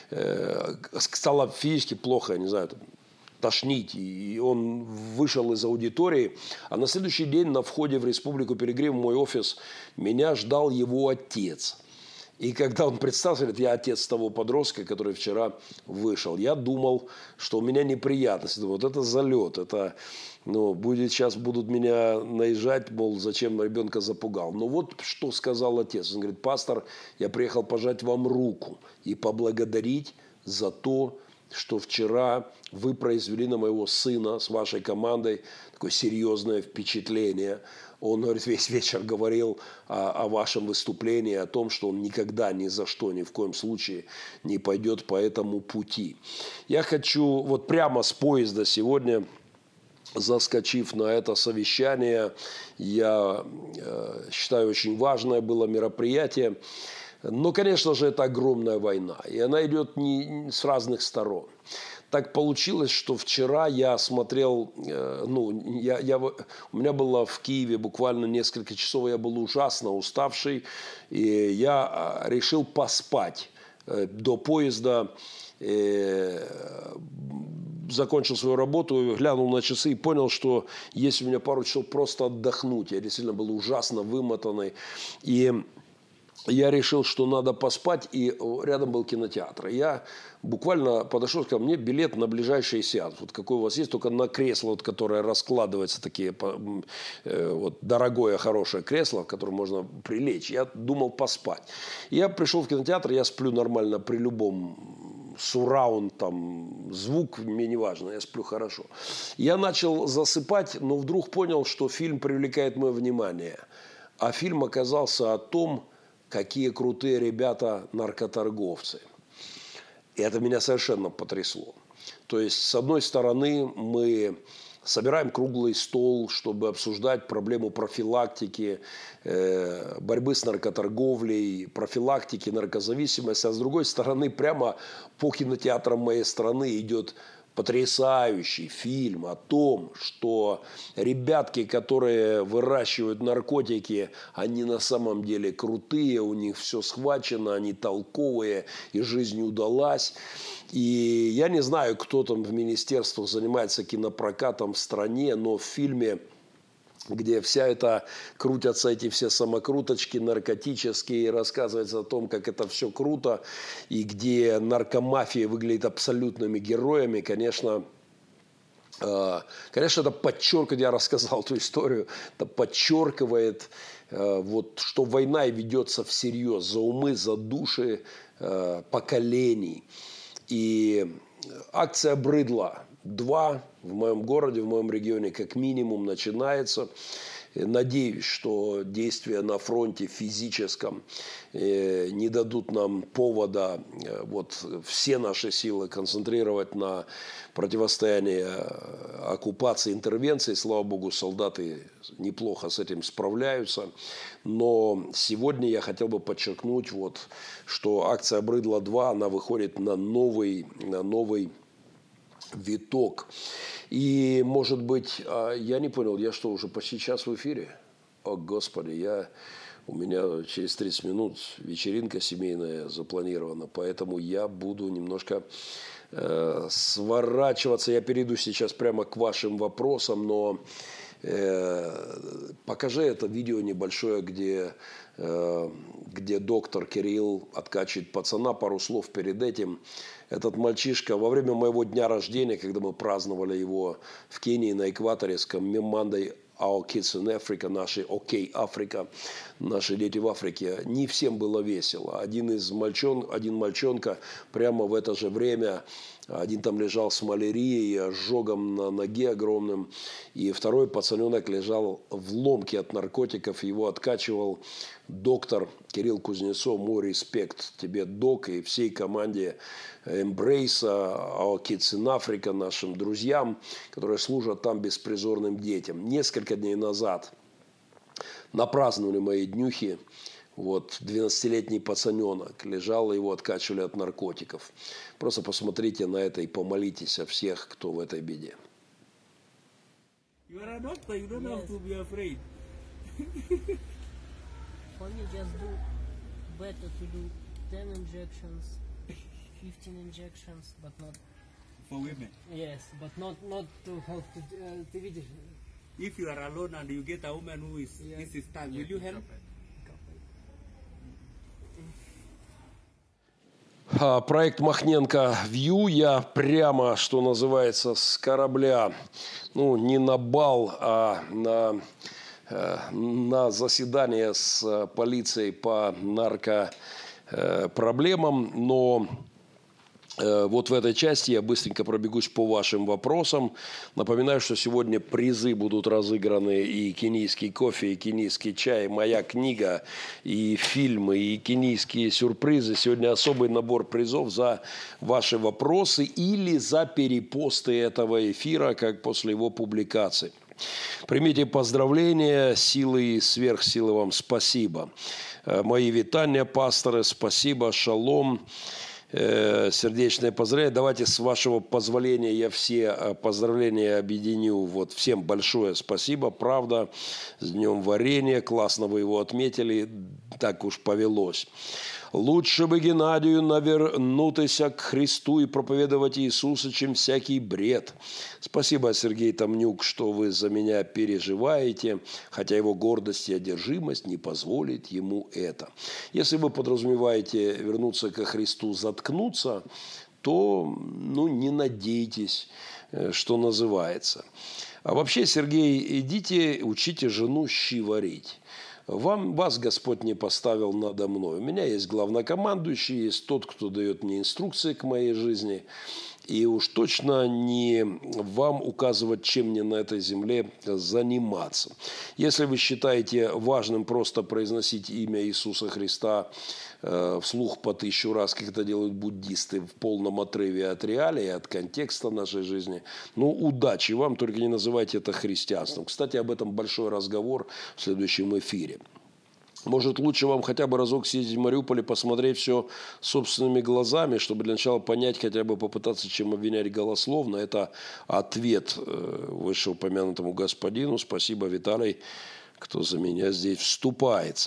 э, стало физически плохо, я не знаю, тошнить, и он вышел из аудитории, а на следующий день на входе в Республику Пилигрим, в мой офис, меня ждал его отец. И когда он представился, говорит: я отец того подростка, который вчера вышел. Я думал, что у меня неприятности. Вот это залет, это, ну, будет, сейчас будут меня наезжать, мол, зачем ребенка запугал. Но вот что сказал отец. Он говорит: пастор, я приехал пожать вам руку и поблагодарить за то, что вчера вы произвели на моего сына с вашей командой такое серьезное впечатление. Он, говорит, весь вечер говорил о, о вашем выступлении, о том, что он никогда, ни за что, ни в коем случае не пойдет по этому пути. Я хочу вот прямо с поезда сегодня, заскочив на это совещание, я э, считаю, очень важное было мероприятие. Но, конечно же, это огромная война, и она идет не с разных сторон. Так получилось, что вчера я смотрел, э, ну, я, я, у меня было в Киеве буквально несколько часов, я был ужасно уставший, и я решил поспать э, до поезда. Э, закончил свою работу, глянул на часы и понял, что есть у меня пару часов просто отдохнуть. Я действительно был ужасно вымотанный. И я решил, что надо поспать, и рядом был кинотеатр. Я буквально подошел и сказал, мне билет на ближайший сеанс. Вот какой у вас есть, только на кресло, вот, которое раскладывается, такие, э, вот, дорогое, хорошее кресло, в которое можно прилечь. Я думал поспать. Я пришел в кинотеатр, я сплю нормально при любом сурраунд, там, звук, мне не важно, я сплю хорошо. Я начал засыпать, но вдруг понял, что фильм привлекает мое внимание. А фильм оказался о том, какие крутые ребята наркоторговцы. И это меня совершенно потрясло. То есть, с одной стороны, мы собираем круглый стол, чтобы обсуждать проблему профилактики, э, борьбы с наркоторговлей, профилактики наркозависимости. А с другой стороны, прямо по кинотеатрам моей страны идет потрясающий фильм о том, что ребятки, которые выращивают наркотики, они на самом деле крутые, у них все схвачено, они толковые, и жизнь удалась. И я не знаю, кто там в министерствах занимается кинопрокатом в стране, но в фильме, где вся эта, крутятся эти все самокруточки наркотические, рассказывается о том, как это все круто, и где наркомафия выглядит абсолютными героями, конечно, э, конечно, это подчеркивает, я рассказал эту историю, это подчеркивает, э, вот, что война ведется всерьез, за умы, за души э, поколений. И акция «Брыдло два» в моем городе, в моем регионе как минимум начинается. Надеюсь, что действия на фронте физическом не дадут нам повода вот, все наши силы концентрировать на противостоянии оккупации, интервенции. Слава богу, солдаты неплохо с этим справляются. Но сегодня я хотел бы подчеркнуть, вот, что акция «Брыдло два» она выходит на новый, на новый виток. И, может быть, я не понял, я что, уже почти час в эфире? О, Господи, я, у меня через тридцать минут вечеринка семейная запланирована, поэтому я буду немножко э, сворачиваться. Я перейду сейчас прямо к вашим вопросам, но э, покажи это видео небольшое, где, э, где доктор Кирилл откачивает пацана, пару слов перед этим. Этот мальчишка во время моего дня рождения, когда мы праздновали его в Кении на экваторе с командой Our Kids in Africa, наши OK Африка, наши дети в Африке, не всем было весело. Один из мальчон, один мальчонка прямо в это же время, один там лежал с малярией, ожогом на ноге огромным, и второй пацаненок лежал в ломке от наркотиков, его откачивал доктор Кирилл Кузнецов. Мой респект тебе, док, и всей команде Embrace, Our Kids in Africa, нашим друзьям, которые служат там беспризорным детям. Несколько дней назад на праздновании моей днюхи вот двенадцатилетний пацаненок лежал, его откачивали от наркотиков. Просто посмотрите на это и помолитесь о всех, кто в этой беде. You are a doctor, you don't yes. have to be afraid. For me, just do better to do ten injections, fifteen injections, but not for women. Yes, but not not to have to uh, T V. If you are alone and you get a woman who is yes. this is time, will you help? Проект Махненко View. Я прямо, что называется, с корабля, ну, не на бал, а на, на заседание с полицией по наркопроблемам. Но вот в этой части я быстренько пробегусь по вашим вопросам. Напоминаю, что сегодня призы будут разыграны: и кенийский кофе, и кенийский чай, моя книга, и фильмы, и кенийские сюрпризы. Сегодня особый набор призов за ваши вопросы или за перепосты этого эфира, как после его публикации. Примите поздравления, силы и сверхсилы вам спасибо. Мои витания, пасторы, спасибо, шалом. Сердечное поздравление. Давайте, с вашего позволения, я все поздравления объединю. Вот, всем большое спасибо, правда, с Днем варенья, классно вы его отметили, так уж повелось. Лучше бы Геннадию навернутися к Христу и проповедовать Иисуса, чем всякий бред. Спасибо, Сергей Тамнюк, что вы за меня переживаете, хотя его гордость и одержимость не позволит ему это. Если вы подразумеваете вернуться ко Христу, заткнуться, то ну, не надейтесь, что называется. А вообще, Сергей, идите, учите жену щи варить. Вам, вас Господь не поставил надо мной. У меня есть главнокомандующий, есть тот, кто дает мне инструкции к моей жизни. И уж точно не вам указывать, чем мне на этой земле заниматься. Если вы считаете важным просто произносить имя Иисуса Христа э, вслух по тысячу раз, как это делают буддисты, в полном отрыве от реалии, от контекста нашей жизни, ну, удачи вам, только не называйте это христианством. Кстати, об этом большой разговор в следующем эфире. Может, лучше вам хотя бы разок съездить в Мариуполь и посмотреть все собственными глазами, чтобы для начала понять, хотя бы попытаться чем обвинять голословно. Это ответ вышеупомянутому господину. Спасибо, Виталий, кто за меня здесь вступается.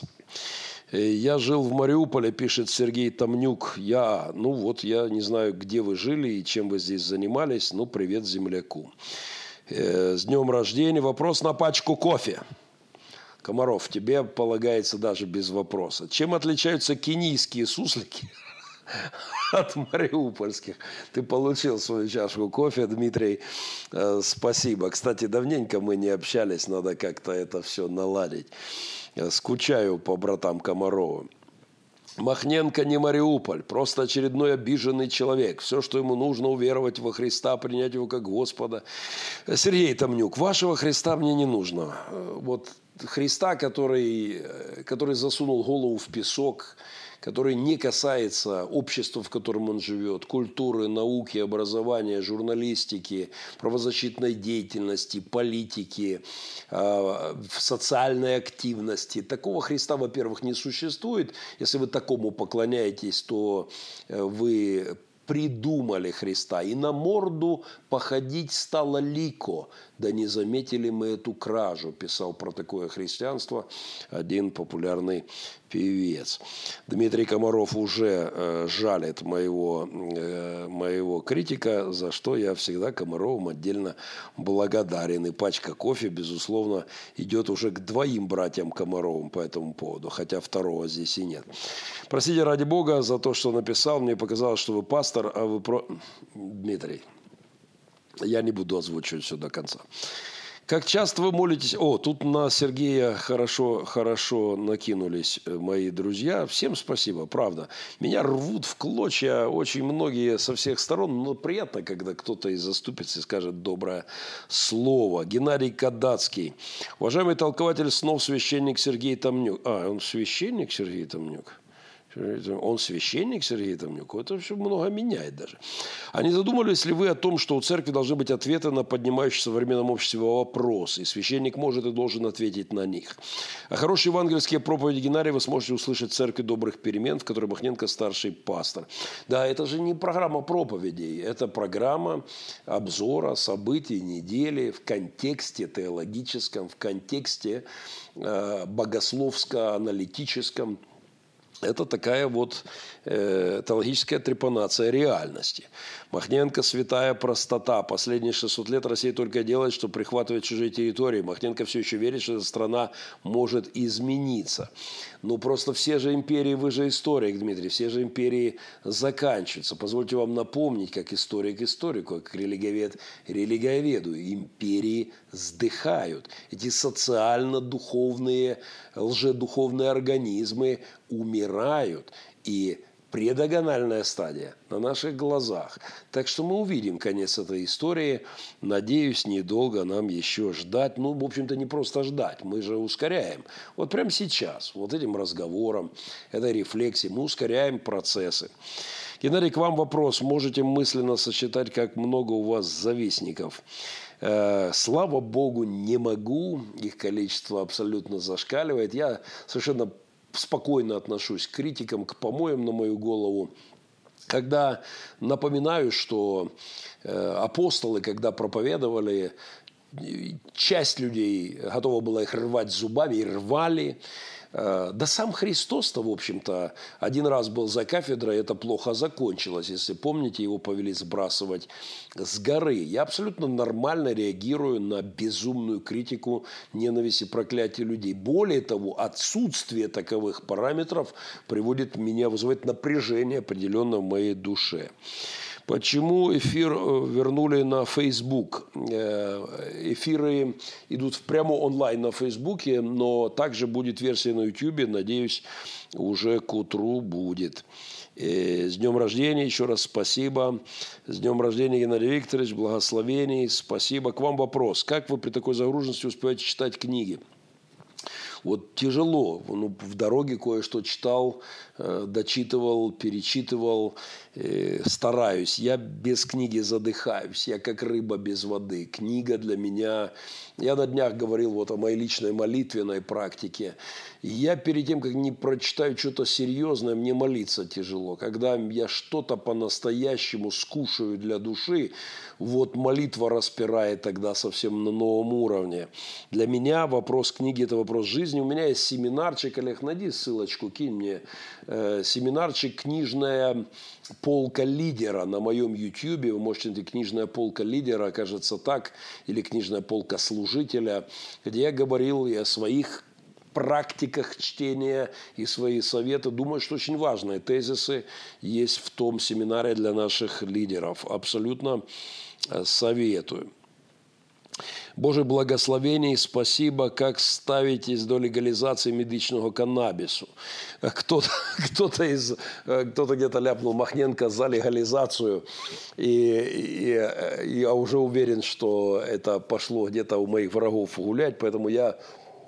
Я жил в Мариуполе, пишет Сергей Тамнюк. Я, ну вот, я не знаю, где вы жили и чем вы здесь занимались. Ну, привет земляку. С днем рождения. Вопрос на пачку кофе. Комаров, тебе полагается даже без вопроса. Чем отличаются кенийские суслики от мариупольских? Ты получил свою чашку кофе, Дмитрий. Э, спасибо. Кстати, давненько мы не общались, надо как-то это все наладить. Я скучаю по братам Комаровым. Махненко не Мариуполь, просто очередной обиженный человек. Все, что ему нужно, уверовать во Христа, принять его как Господа. Сергей Тамнюк, вашего Христа мне не нужно. Вот Христа, который, который засунул голову в песок, который не касается общества, в котором он живет, культуры, науки, образования, журналистики, правозащитной деятельности, политики, социальной активности. Такого Христа, во-первых, не существует. Если вы такому поклоняетесь, то вы придумали Христа. И на морду походить стало лико. Да не заметили мы эту кражу, писал про такое христианство один популярный певец. Дмитрий Комаров уже э, жалит моего, э, моего критика, за что я всегда Комаровым отдельно благодарен. И пачка кофе, безусловно, идет уже к двоим братьям Комаровым по этому поводу, хотя второго здесь и нет. Простите, ради Бога, за то, что написал. Мне показалось, что вы пастор, а вы про... Дмитрий, я не буду озвучивать все до конца. Как часто вы молитесь? О, тут на Сергея хорошо, хорошо накинулись мои друзья. Всем спасибо, правда. Меня рвут в клочья очень многие со всех сторон, но приятно, когда кто-то и заступится и скажет доброе слово. Геннадий Кадацкий. Уважаемый толкователь снов, священник Сергей Тамнюк. А, он священник Сергей Тамнюк? Он священник Сергей Тамнюк? Это все много меняет даже. А не задумывались ли вы о том, что у церкви должны быть ответы на поднимающиеся в современном обществе вопросы, и священник может и должен ответить на них? А хорошие евангельские проповеди Геннадия вы сможете услышать в церкви добрых перемен, в которой Махненко старший пастор. Да, это же не программа проповедей, это программа обзора событий недели в контексте теологическом, в контексте э, богословско-аналитическом. Это такая вот э, теологическая трепанация реальности. Махненко – святая простота. Последние шестьсот лет Россия только делает, что прихватывает чужие территории. Махненко все еще верит, что эта страна может измениться. Ну, просто все же империи, вы же историк, Дмитрий, все же империи заканчиваются. Позвольте вам напомнить, как историк историку, как религиовед религиоведу. Империи сдыхают. Эти социально-духовные, лжедуховные организмы умирают. И предагональная стадия на наших глазах. Так что мы увидим конец этой истории. Надеюсь, недолго нам еще ждать. Ну, в общем-то, не просто ждать. Мы же ускоряем. Вот прямо сейчас, вот этим разговором, этой рефлексией мы ускоряем процессы. Геннадий, к вам вопрос. Можете мысленно сосчитать, как много у вас завистников? Э, слава Богу, не могу. Их количество абсолютно зашкаливает. Я совершенно спокойно отношусь к критикам, к помоям на мою голову. Когда напоминаю, что э, апостолы, когда проповедовали, часть людей готова была их рвать зубами и рвали. Да сам Христос-то, в общем-то, один раз был за кафедрой, это плохо закончилось. Если помните, его повели сбрасывать с горы. Я абсолютно нормально реагирую на безумную критику, ненависть и проклятие людей. Более того, отсутствие таковых параметров приводит меня, вызывает напряжение определенно в моей душе. Почему эфир вернули на Facebook? Эфиры идут в прямо онлайн на Фейсбуке, но также будет версия на YouTube, надеюсь, уже к утру будет. С днем рождения, еще раз спасибо. С днем рождения, Геннадий Викторович, благословений, спасибо. К вам вопрос. Как вы при такой загруженности успеваете читать книги? Вот тяжело. Ну, в дороге кое-что читал, э, дочитывал, перечитывал, э, стараюсь. Я без книги задыхаюсь. Я как рыба без воды. Книга для меня... Я на днях говорил вот о моей личной молитвенной практике. Я перед тем, как не прочитаю что-то серьезное, мне молиться тяжело. Когда я что-то по-настоящему скушаю для души, вот молитва распирает тогда совсем на новом уровне. Для меня вопрос книги – это вопрос жизни. У меня есть семинарчик, Олег, найди ссылочку, кинь мне. Э, семинарчик «Книжная полка лидера» на моем YouTube. Вы можете найти «Книжная полка лидера», кажется так, или «Книжная полка служителя», где я говорил и о своих практиках чтения и свои советы. Думаю, что очень важные тезисы есть в том семинаре для наших лидеров. Абсолютно советую. Боже благословение и спасибо, как ставитесь до легализации медичного каннабису. Кто-то, кто-то, из, кто-то где-то ляпнул Махненко за легализацию, и, и, и я уже уверен, что это пошло где-то у моих врагов гулять, поэтому я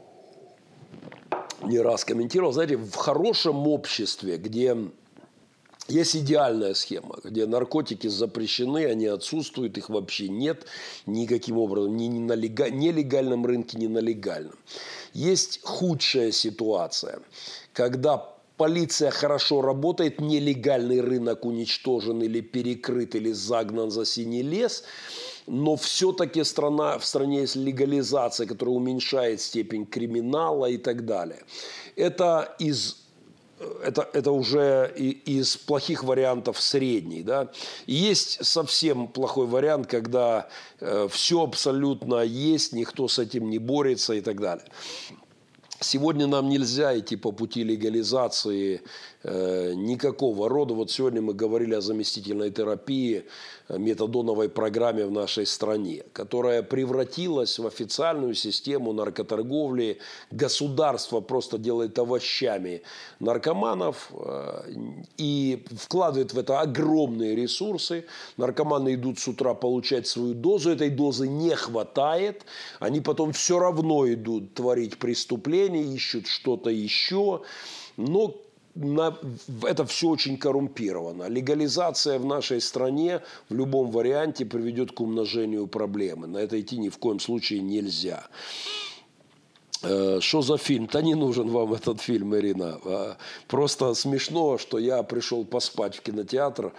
не раз комментировал. Знаете, в хорошем обществе, где есть идеальная схема, где наркотики запрещены, они отсутствуют, их вообще нет никаким образом, ни на нелегальном рынке, ни на легальном. Есть худшая ситуация, когда полиция хорошо работает, нелегальный рынок уничтожен или перекрыт, или загнан за синий лес, но все-таки страна, в стране есть легализация, которая уменьшает степень криминала и так далее. Это из... Это, это уже из плохих вариантов средний. Да? И есть совсем плохой вариант, когда э, все абсолютно есть, никто с этим не борется и так далее. Сегодня нам нельзя идти по пути легализации э, никакого рода. Вот сегодня мы говорили о заместительной терапии, метадоновой программе в нашей стране, которая превратилась в официальную систему наркоторговли. Государство просто делает овощами наркоманов э, и вкладывает в это огромные ресурсы. Наркоманы идут с утра получать свою дозу, этой дозы не хватает. Они потом все равно идут творить преступления, ищут что-то еще. Но На, это все очень коррумпировано. Легализация в нашей стране в любом варианте приведет к умножению проблемы. На это идти ни в коем случае нельзя. Что за фильм? Да не нужен вам этот фильм, Ирина. Просто смешно, что я пришел поспать в кинотеатр,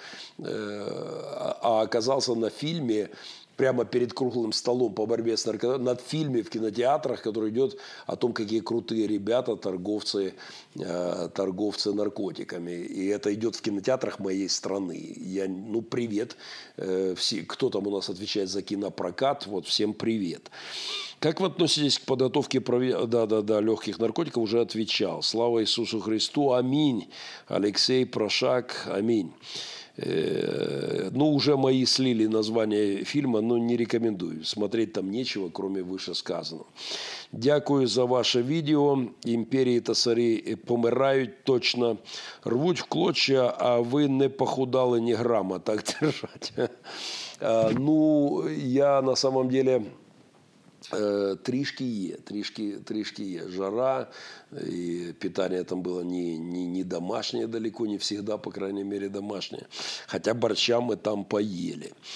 а оказался на фильме прямо перед круглым столом по борьбе с наркотиками, над фильме в кинотеатрах, который идет о том, какие крутые ребята, торговцы, э, торговцы наркотиками. И это идет в кинотеатрах моей страны. Я, ну, привет. Э, все, кто там у нас отвечает за кинопрокат? Вот, всем привет. Как вы относитесь к подготовке да, да, да, легких наркотиков? Уже отвечал. Слава Иисусу Христу. Аминь. Алексей Прошак. Аминь. Ну, уже мои слили название фильма, но не рекомендую. Смотреть там нечего, кроме вышесказанного. Дякую за ваше відео. Імперії та царі помирають точно, рвуть в клочья, а ви не похудали ні грама. Так держать. Ну, я на самом деле... Трішки є, трішки, трішки є. Жара, и питание там было не, не, не домашнее далеко, не всегда, по крайней мере, домашнее. Хотя борща мы там поели.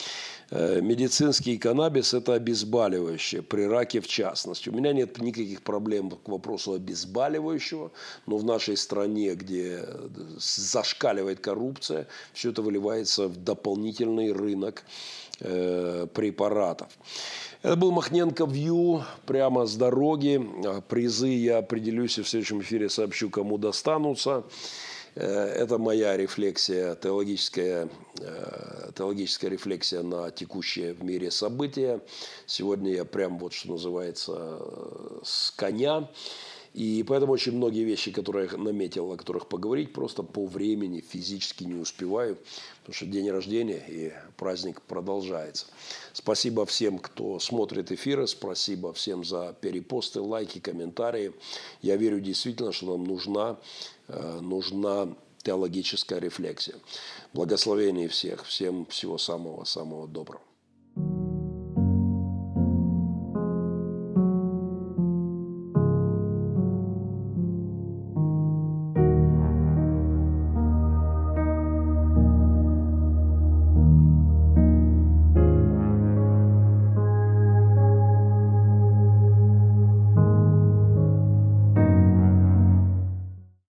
Медицинский каннабис – это обезболивающее, при раке в частности. У меня нет никаких проблем к вопросу обезболивающего, но в нашей стране, где зашкаливает коррупция, все это выливается в дополнительный рынок э, препаратов. Это был Махненко Вью, прямо с дороги. Призы я определюсь и в следующем эфире сообщу, кому достанутся. Это моя рефлексия, теологическая, теологическая рефлексия на текущие в мире события. Сегодня я прям вот, что называется, с коня. И поэтому очень многие вещи, которые я наметил, о которых поговорить, просто по времени физически не успеваю, потому что день рождения и праздник продолжается. Спасибо всем, кто смотрит эфиры, спасибо всем за перепосты, лайки, комментарии. Я верю действительно, что нам нужна, нужна теологическая рефлексия. Благословений всех, всем всего самого-самого доброго.